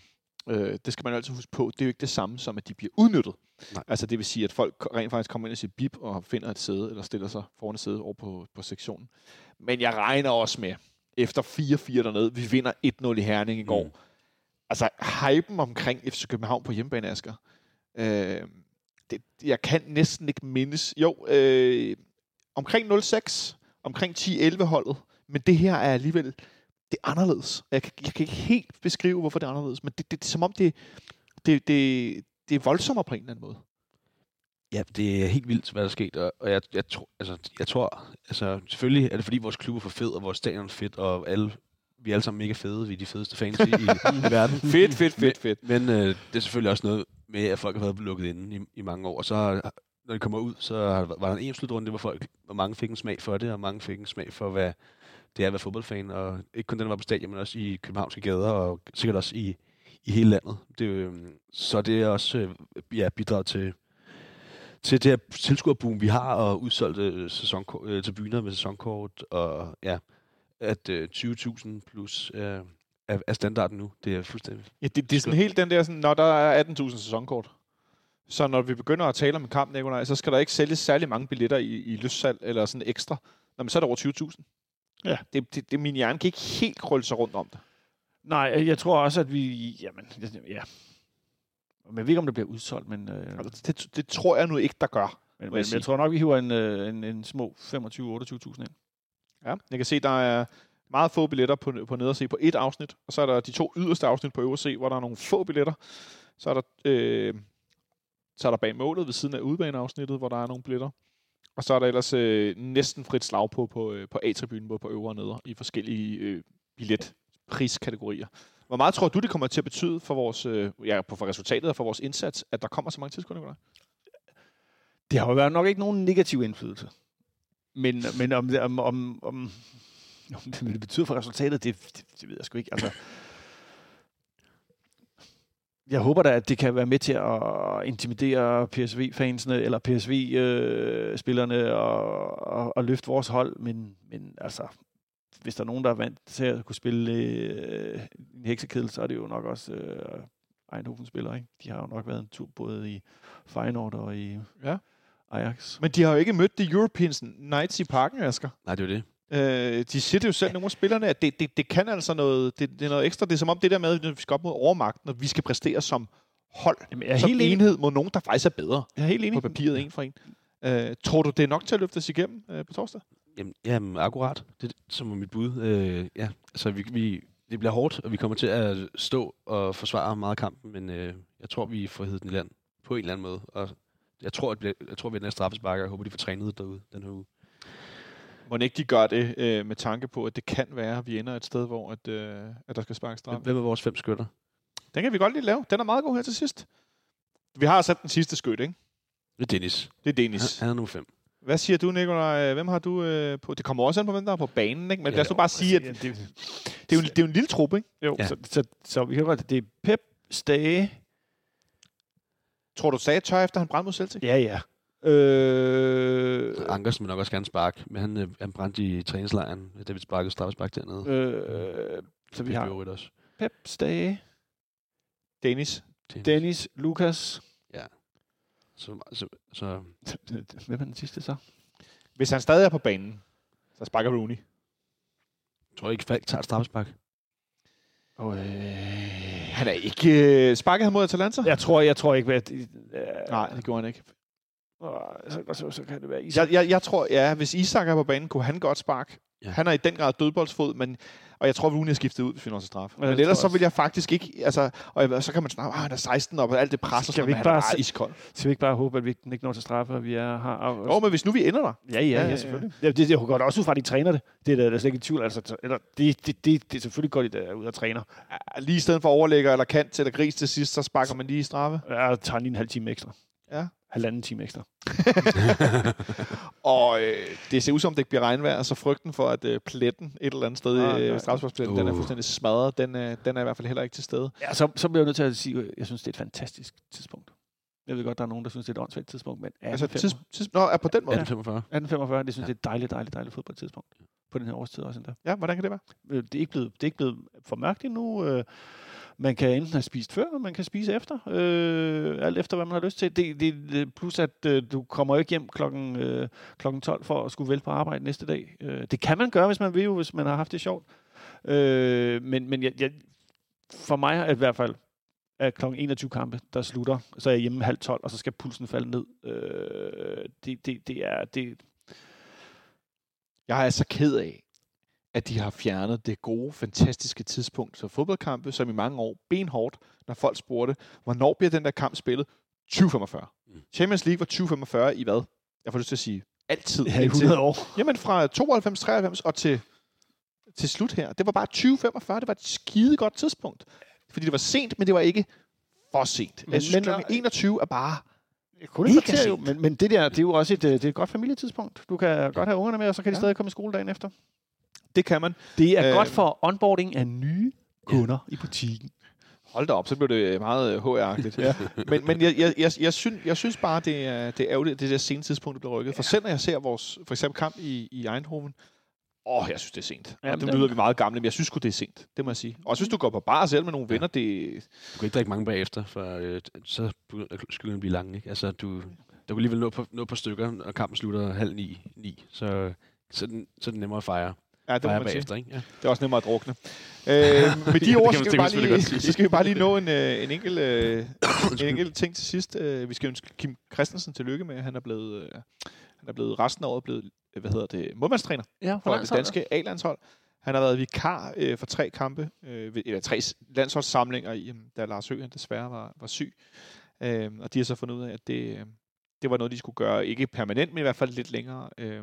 Øh, det skal man altid huske på. Det er jo ikke det samme som, at de bliver udnyttet. Nej. Altså det vil sige, at folk rent faktisk kommer ind og siger bip og finder et sæde, eller stiller sig foran et sæde over på, på sektionen. Men jeg regner også med, efter fire fire dernede, vi vinder et nul i Herning i går. Mm. Altså hypen omkring F C København på hjemmebane, Asger. Øh, det, jeg kan næsten ikke mindes. Jo, øh, omkring nul seks, omkring ti elleve holdet, men det her er alligevel, det er anderledes. Jeg kan, jeg kan ikke helt beskrive, hvorfor det er anderledes, men det, det, det er som om, det, det, det, det er voldsommere på en eller anden måde. Ja, det er helt vildt, hvad der er sket, og, og jeg, jeg, tro, altså, jeg tror, altså selvfølgelig er det fordi vores klub er for fed, og vores stadion er fedt, og alle, vi er alle sammen mega fede, vi er de fedeste fans i, i verden. Fedt, fedt, fedt, fedt. Men, men øh, det er selvfølgelig også noget med, at folk har været lukket inde i, i mange år, og så når de kommer ud, så var der en slutrunde, hvor folk, hvor mange fik en smag for det, og mange fik en smag for, hvad det er at være fodboldfan, og ikke kun den, der var på stadion, men også i københavnske gader, og sikkert også i, i hele landet. Det, øh, så det er også øh, ja, bidrag til til det her tilskuerboom, vi har, og udsolgte sæsonkort, øh, tribuner med sæsonkort, og ja, at øh, tyve tusind plus øh, er, er standarden nu. Det er fuldstændig... Ja, det, det er sådan helt den der, sådan, når der er atten tusind sæsonkort. Så når vi begynder at tale om en kamp, Nikolaj, så skal der ikke sælges særlig mange billetter i, i lystsalg, eller sådan ekstra. Nå, men så er der over tyve tusind. Ja. Det, det, det, min hjerne kan ikke helt krølle sig rundt om det. Nej, jeg tror også, at vi... Jamen, ja... Men jeg ved ikke, om det bliver udsolgt, men... Øh, altså, det, det tror jeg nu ikke, der gør. Men, men jeg, jeg tror nok, vi hiver en, en, en små femogtyve til otteogtyve tusind ind. Ja, jeg kan se, der er meget få billetter på, på ned at se på et afsnit, og så er der de to yderste afsnit på øvre se, hvor der er nogle få billetter. Så er der, øh, så er der bag målet ved siden af udebaneafsnittet, hvor der er nogle billetter. Og så er der ellers øh, næsten frit slag på, på, på A-tribunen, både på øvre og neder, i forskellige øh, billetpriskategorier. Hvor meget tror du, det kommer til at betyde for vores, øh, ja, for resultatet og for vores indsats, at der kommer så mange tilskuere? Det har jo været nok ikke nogen negativ indflydelse. Men, men om, det, om, om, om, om det betyder for resultatet, det, det, det ved jeg sgu ikke. Altså, jeg håber da, at det kan være med til at intimidere P S V-fansene eller P S V-spillerne og, og, og løfte vores hold. Men, men altså, hvis der er nogen, der er vant til at kunne spille øh, en heksekedel, så er det jo nok også øh, Eindhoven-spillere. Ikke? De har jo nok været en tur både i Feyenoord og i ja. Ajax. Men de har jo ikke mødt The Europeans Nights i parken, Asger. Nej, det er jo det. Øh, de siger det jo selv, nogle af spillerne, at det, det, det kan altså noget, det, det er noget ekstra. Det er som om det der med, at vi skal op mod overmagten, når vi skal præstere som hold, Jamen, jeg som helt enhed enig. Mod nogen, der faktisk er bedre. Jeg er helt enig. På papiret en for en. Øh, tror du, det er nok til at løfte os igennem øh, på torsdag? Jamen, jamen, akkurat. Det som er mit bud. Øh, ja, altså vi, vi, det bliver hårdt, og vi kommer til at stå og forsvare meget kampen, men øh, jeg tror, vi får heddet den i land på en eller anden måde. Og jeg tror, at jeg tror, vi er den her straffesparker. Jeg håber, de får trænet derude den her uge. Må ikke de gør det øh, med tanke på, at det kan være, at vi ender et sted, hvor at, øh, at der skal sparkes straffe? Hvem er vores fem skytter? Den kan vi godt lige lave. Den er meget god her til sidst. Vi har sat den sidste skytte, ikke? Det er Dennis. Det er Dennis. Han, han er nummer fem. Hvad siger du, Nikolaj? Hvem har du øh, på? Det kommer også an på, hvem der er på banen, ikke? Men ja, lad os nu bare sige, at det, det, det, er jo, det er jo en lille truppe, ikke? Jo, ja. så, så, så vi kan godt, det er Pep, Stage. Tror du, Stage tør efter han brændte mod Celtic? Ja, ja. Øh, Ankers vil nok også gerne sparke, men han, øh, han brændte i træningslejren, da vi sparkede straffespark dernede. Øh, så vi har også. Pep, Stage, Dennis, Dennis, Dennis Lukas. Ja. Så, så, så. Hvem er den sidste så? Hvis han stadig er på banen, så sparker Rooney. Jeg tror ikke, Falk tager et straffespark. Øh, han er ikke... Øh, sparket han mod Atalanta? Jeg tror, jeg tror ikke, at... Øh, Nej, det gjorde han ikke. Så, så, så kan det være Isak. Jeg, jeg, jeg tror, ja, hvis Isak er på banen, kunne han godt sparke. Ja. Han er i den grad dødboldsfod, men, og jeg tror, Rooney er skiftet ud, hvis vi når til straf. Ja, men ellers så vil jeg faktisk ikke, altså, og så kan man snakke, ah, han er seksten op, og alt det presser, skal vi ikke bare, bare iskold. Skal vi ikke bare håbe, at vi ikke når til straffe, og vi er, har... Jo, oh, men hvis nu vi ender der. Ja, ja, ja, ja selvfølgelig. Ja, det, det går da også ud fra, at de træner det. Det er der, der er slet ikke i tvivl. Altså, eller, det, det, det, det er selvfølgelig godt, at de er ude og træner. Ja, lige i stedet for overlægger eller kant eller gris til sidst, så sparker man lige i straffe. Ja, og tager lige en halv time ekstra. Ja. Halvanden time ekstra. og øh, det ser ud som, det ikke bliver regnvejr, så frygten for, at øh, pletten et eller andet sted i øh, straffesparkspletten, uh. den er fuldstændig smadret. Den, øh, den er i hvert fald heller ikke til stede. Ja, så, så bliver jeg nødt til at sige, at jeg synes, det er et fantastisk tidspunkt. Jeg ved godt, der er nogen, der synes, det er et åndssvagt tidspunkt, men altså, tids, tids, nå, er på den måde? atten femogfyrre atten femogfyrre, det synes jeg ja. Det er et dejligt, dejligt, dejligt fodboldtidspunkt. På den her årstid også endda. Ja, hvordan kan det være? Det er ikke blevet, det er ikke blevet for mørkt endnu. Man kan enten have spist før, og man kan spise efter. Øh, alt efter, hvad man har lyst til. Det, det, plus, at øh, du kommer ikke hjem klokken, øh, klokken tolv for at skulle vælge på arbejde næste dag. Øh, det kan man gøre, hvis man vil, hvis man har haft det sjovt. Øh, men men jeg, jeg, for mig er det i hvert fald, at klokken enogtyve kampe, der slutter, så er jeg hjemme halv tolv, og så skal pulsen falde ned. Øh, det, det, det er... Det jeg er så ked af, at de har fjernet det gode, fantastiske tidspunkt for fodboldkampe, som i mange år benhårdt, når folk spurgte, hvornår bliver den der kamp spillet? tyve femogfyrre. Mm. Champions League var tyve femogfyrre i hvad? Jeg får lyst til at sige altid. Ja, i hundrede år. Jamen fra tooghalvfems treoghalvfems og til, til slut her. Det var bare tyve femogfyrre. Det var et skide godt tidspunkt. Fordi det var sent, men det var ikke for sent. Men, jeg synes, men, enogtyve er bare... Kun et jo, men, men det der, det er jo også et, det er et godt familietidspunkt. Du kan ja. godt have ungerne med, og så kan de ja. stadig komme i skole dagen efter. Det kan man. Det er øh, godt for onboarding af nye kunder ja. i butikken. Hold da op, så blev det meget H R-agtigt. ja. Men, men jeg, jeg, jeg, jeg, synes, jeg synes bare, det er, det er ærgerligt, at det der sene tidspunkt, det blev rykket. For selv når jeg ser vores for eksempel kamp i, i Eindhoven, åh, jeg synes, det er sent. Ja, og det lyder vi meget gamle, men jeg synes sgu, det er sent. Det må jeg sige. Og hvis du går på bar selv med nogle ja. venner, det... Du kan ikke drikke mange bagefter, for øh, så begynder skylden blive lang, ikke? Altså, du, du kan alligevel nå på, nå på stykker, og kampen slutter halv ni, ni. Så, så, den, så er det nemmere at fejre. Ja, det fejre bagefter, ikke? Ja. Det er også nemmere at drukne. øh, med de ord, så skal, vi bare lige, så skal vi bare lige nå en, øh, en, enkelt, øh, en enkelt ting til sidst. Uh, vi skal ønske Kim Christensen tillykke med, at han er blevet, uh, han er blevet resten af året blevet, hvad hedder det, målmandstræner ja, for, for det danske A-landshold. Han har været vikar øh, for tre kampe, øh, eller tre landsholdssamlinger, i, da Lars Høgh desværre var, var syg. Øh, og de har så fundet ud af, at det, det var noget, de skulle gøre, ikke permanent, men i hvert fald lidt længere. Øh,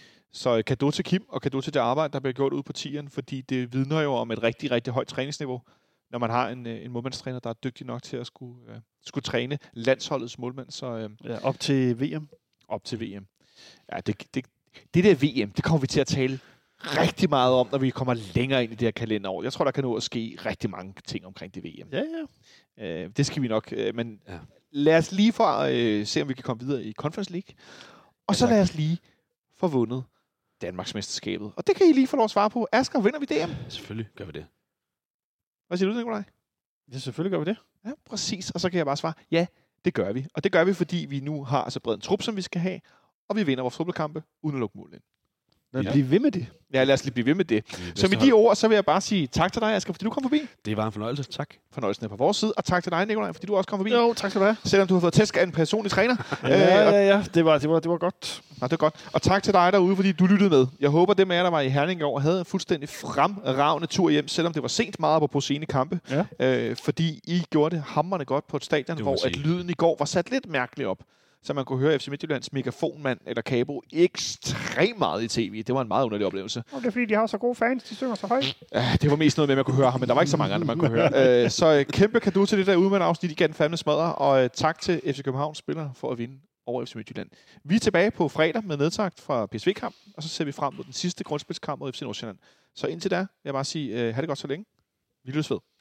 så kado til Kim, og kado til det arbejde, der bliver gjort ude på tieren, fordi det vidner jo om et rigtig, rigtig højt træningsniveau, når man har en, en målmandstræner, der er dygtig nok til at skulle, øh, skulle træne landsholdets målmand. Så, øh, ja, op til V M. Op til V M. Ja, det, det, det der V M, det kommer vi til at tale rigtig meget om, når vi kommer længere ind i det her kalenderår. Jeg tror, der kan nå at ske rigtig mange ting omkring det V M. Ja, ja. Øh, det skal vi nok. Øh, men ja. lad os lige for øh, se, om vi kan komme videre i Conference League. Og ja, så lad os lige få vundet Danmarksmesterskabet. Og det kan I lige få lov at svare på. Asger, vinder vi D M? Selvfølgelig gør vi det. Hvad siger du, Nikolaj? Ja, selvfølgelig gør vi det. Ja, præcis. Og så kan jeg bare svare, ja, det gør vi. Og det gør vi, fordi vi nu har så bred en trup, som vi skal have, og vi vinder vores fodboldkampe uden at lukke mål ind. Lad os blive ved med det. Ja, lad os lige blive ved med det. Så med de ord, så vil jeg bare sige tak til dig, Asger, fordi du kom forbi. Det var en fornøjelse. Tak. Fornøjelsen er på vores side. Og tak til dig, Nikolaj, fordi du også kom forbi. Jo, tak skal du have. Selvom du har fået tæsk af en personlig træner. ja, ja, ja. Det var, det var, det var godt. Nå, det er godt. Og tak til dig derude, fordi du lyttede med. Jeg håber, dem af jer, der var i Herning i år, havde en fuldstændig fremragende tur hjem, selvom det var sent meget på sene kampe. Ja. Øh, fordi I gjorde det hamrende godt på et stadion, hvor at lyden i går var sat lidt mærkeligt op. Så man kunne høre F C Midtjyllands megafonmand eller Cabo ekstremt meget i tv. Det var en meget underlig oplevelse. Og det er fordi, de har så gode fans, de synger så højt. Ja, det var mest noget med, at man kunne høre ham, men der var ikke så mange andre, man kunne høre. Uh, så kæmpe cadeau til det der udmand-afsnit, de gav den fandme smadre. Og uh, tak til F C Københavns spillere for at vinde over F C Midtjylland. Vi er tilbage på fredag med nedtakt fra P S V-kampen, og så ser vi frem mod den sidste grundspilskamp mod F C Nordsjælland. Så indtil da vil jeg bare sige, uh, ha' det godt så længe. Vi lyttes ved.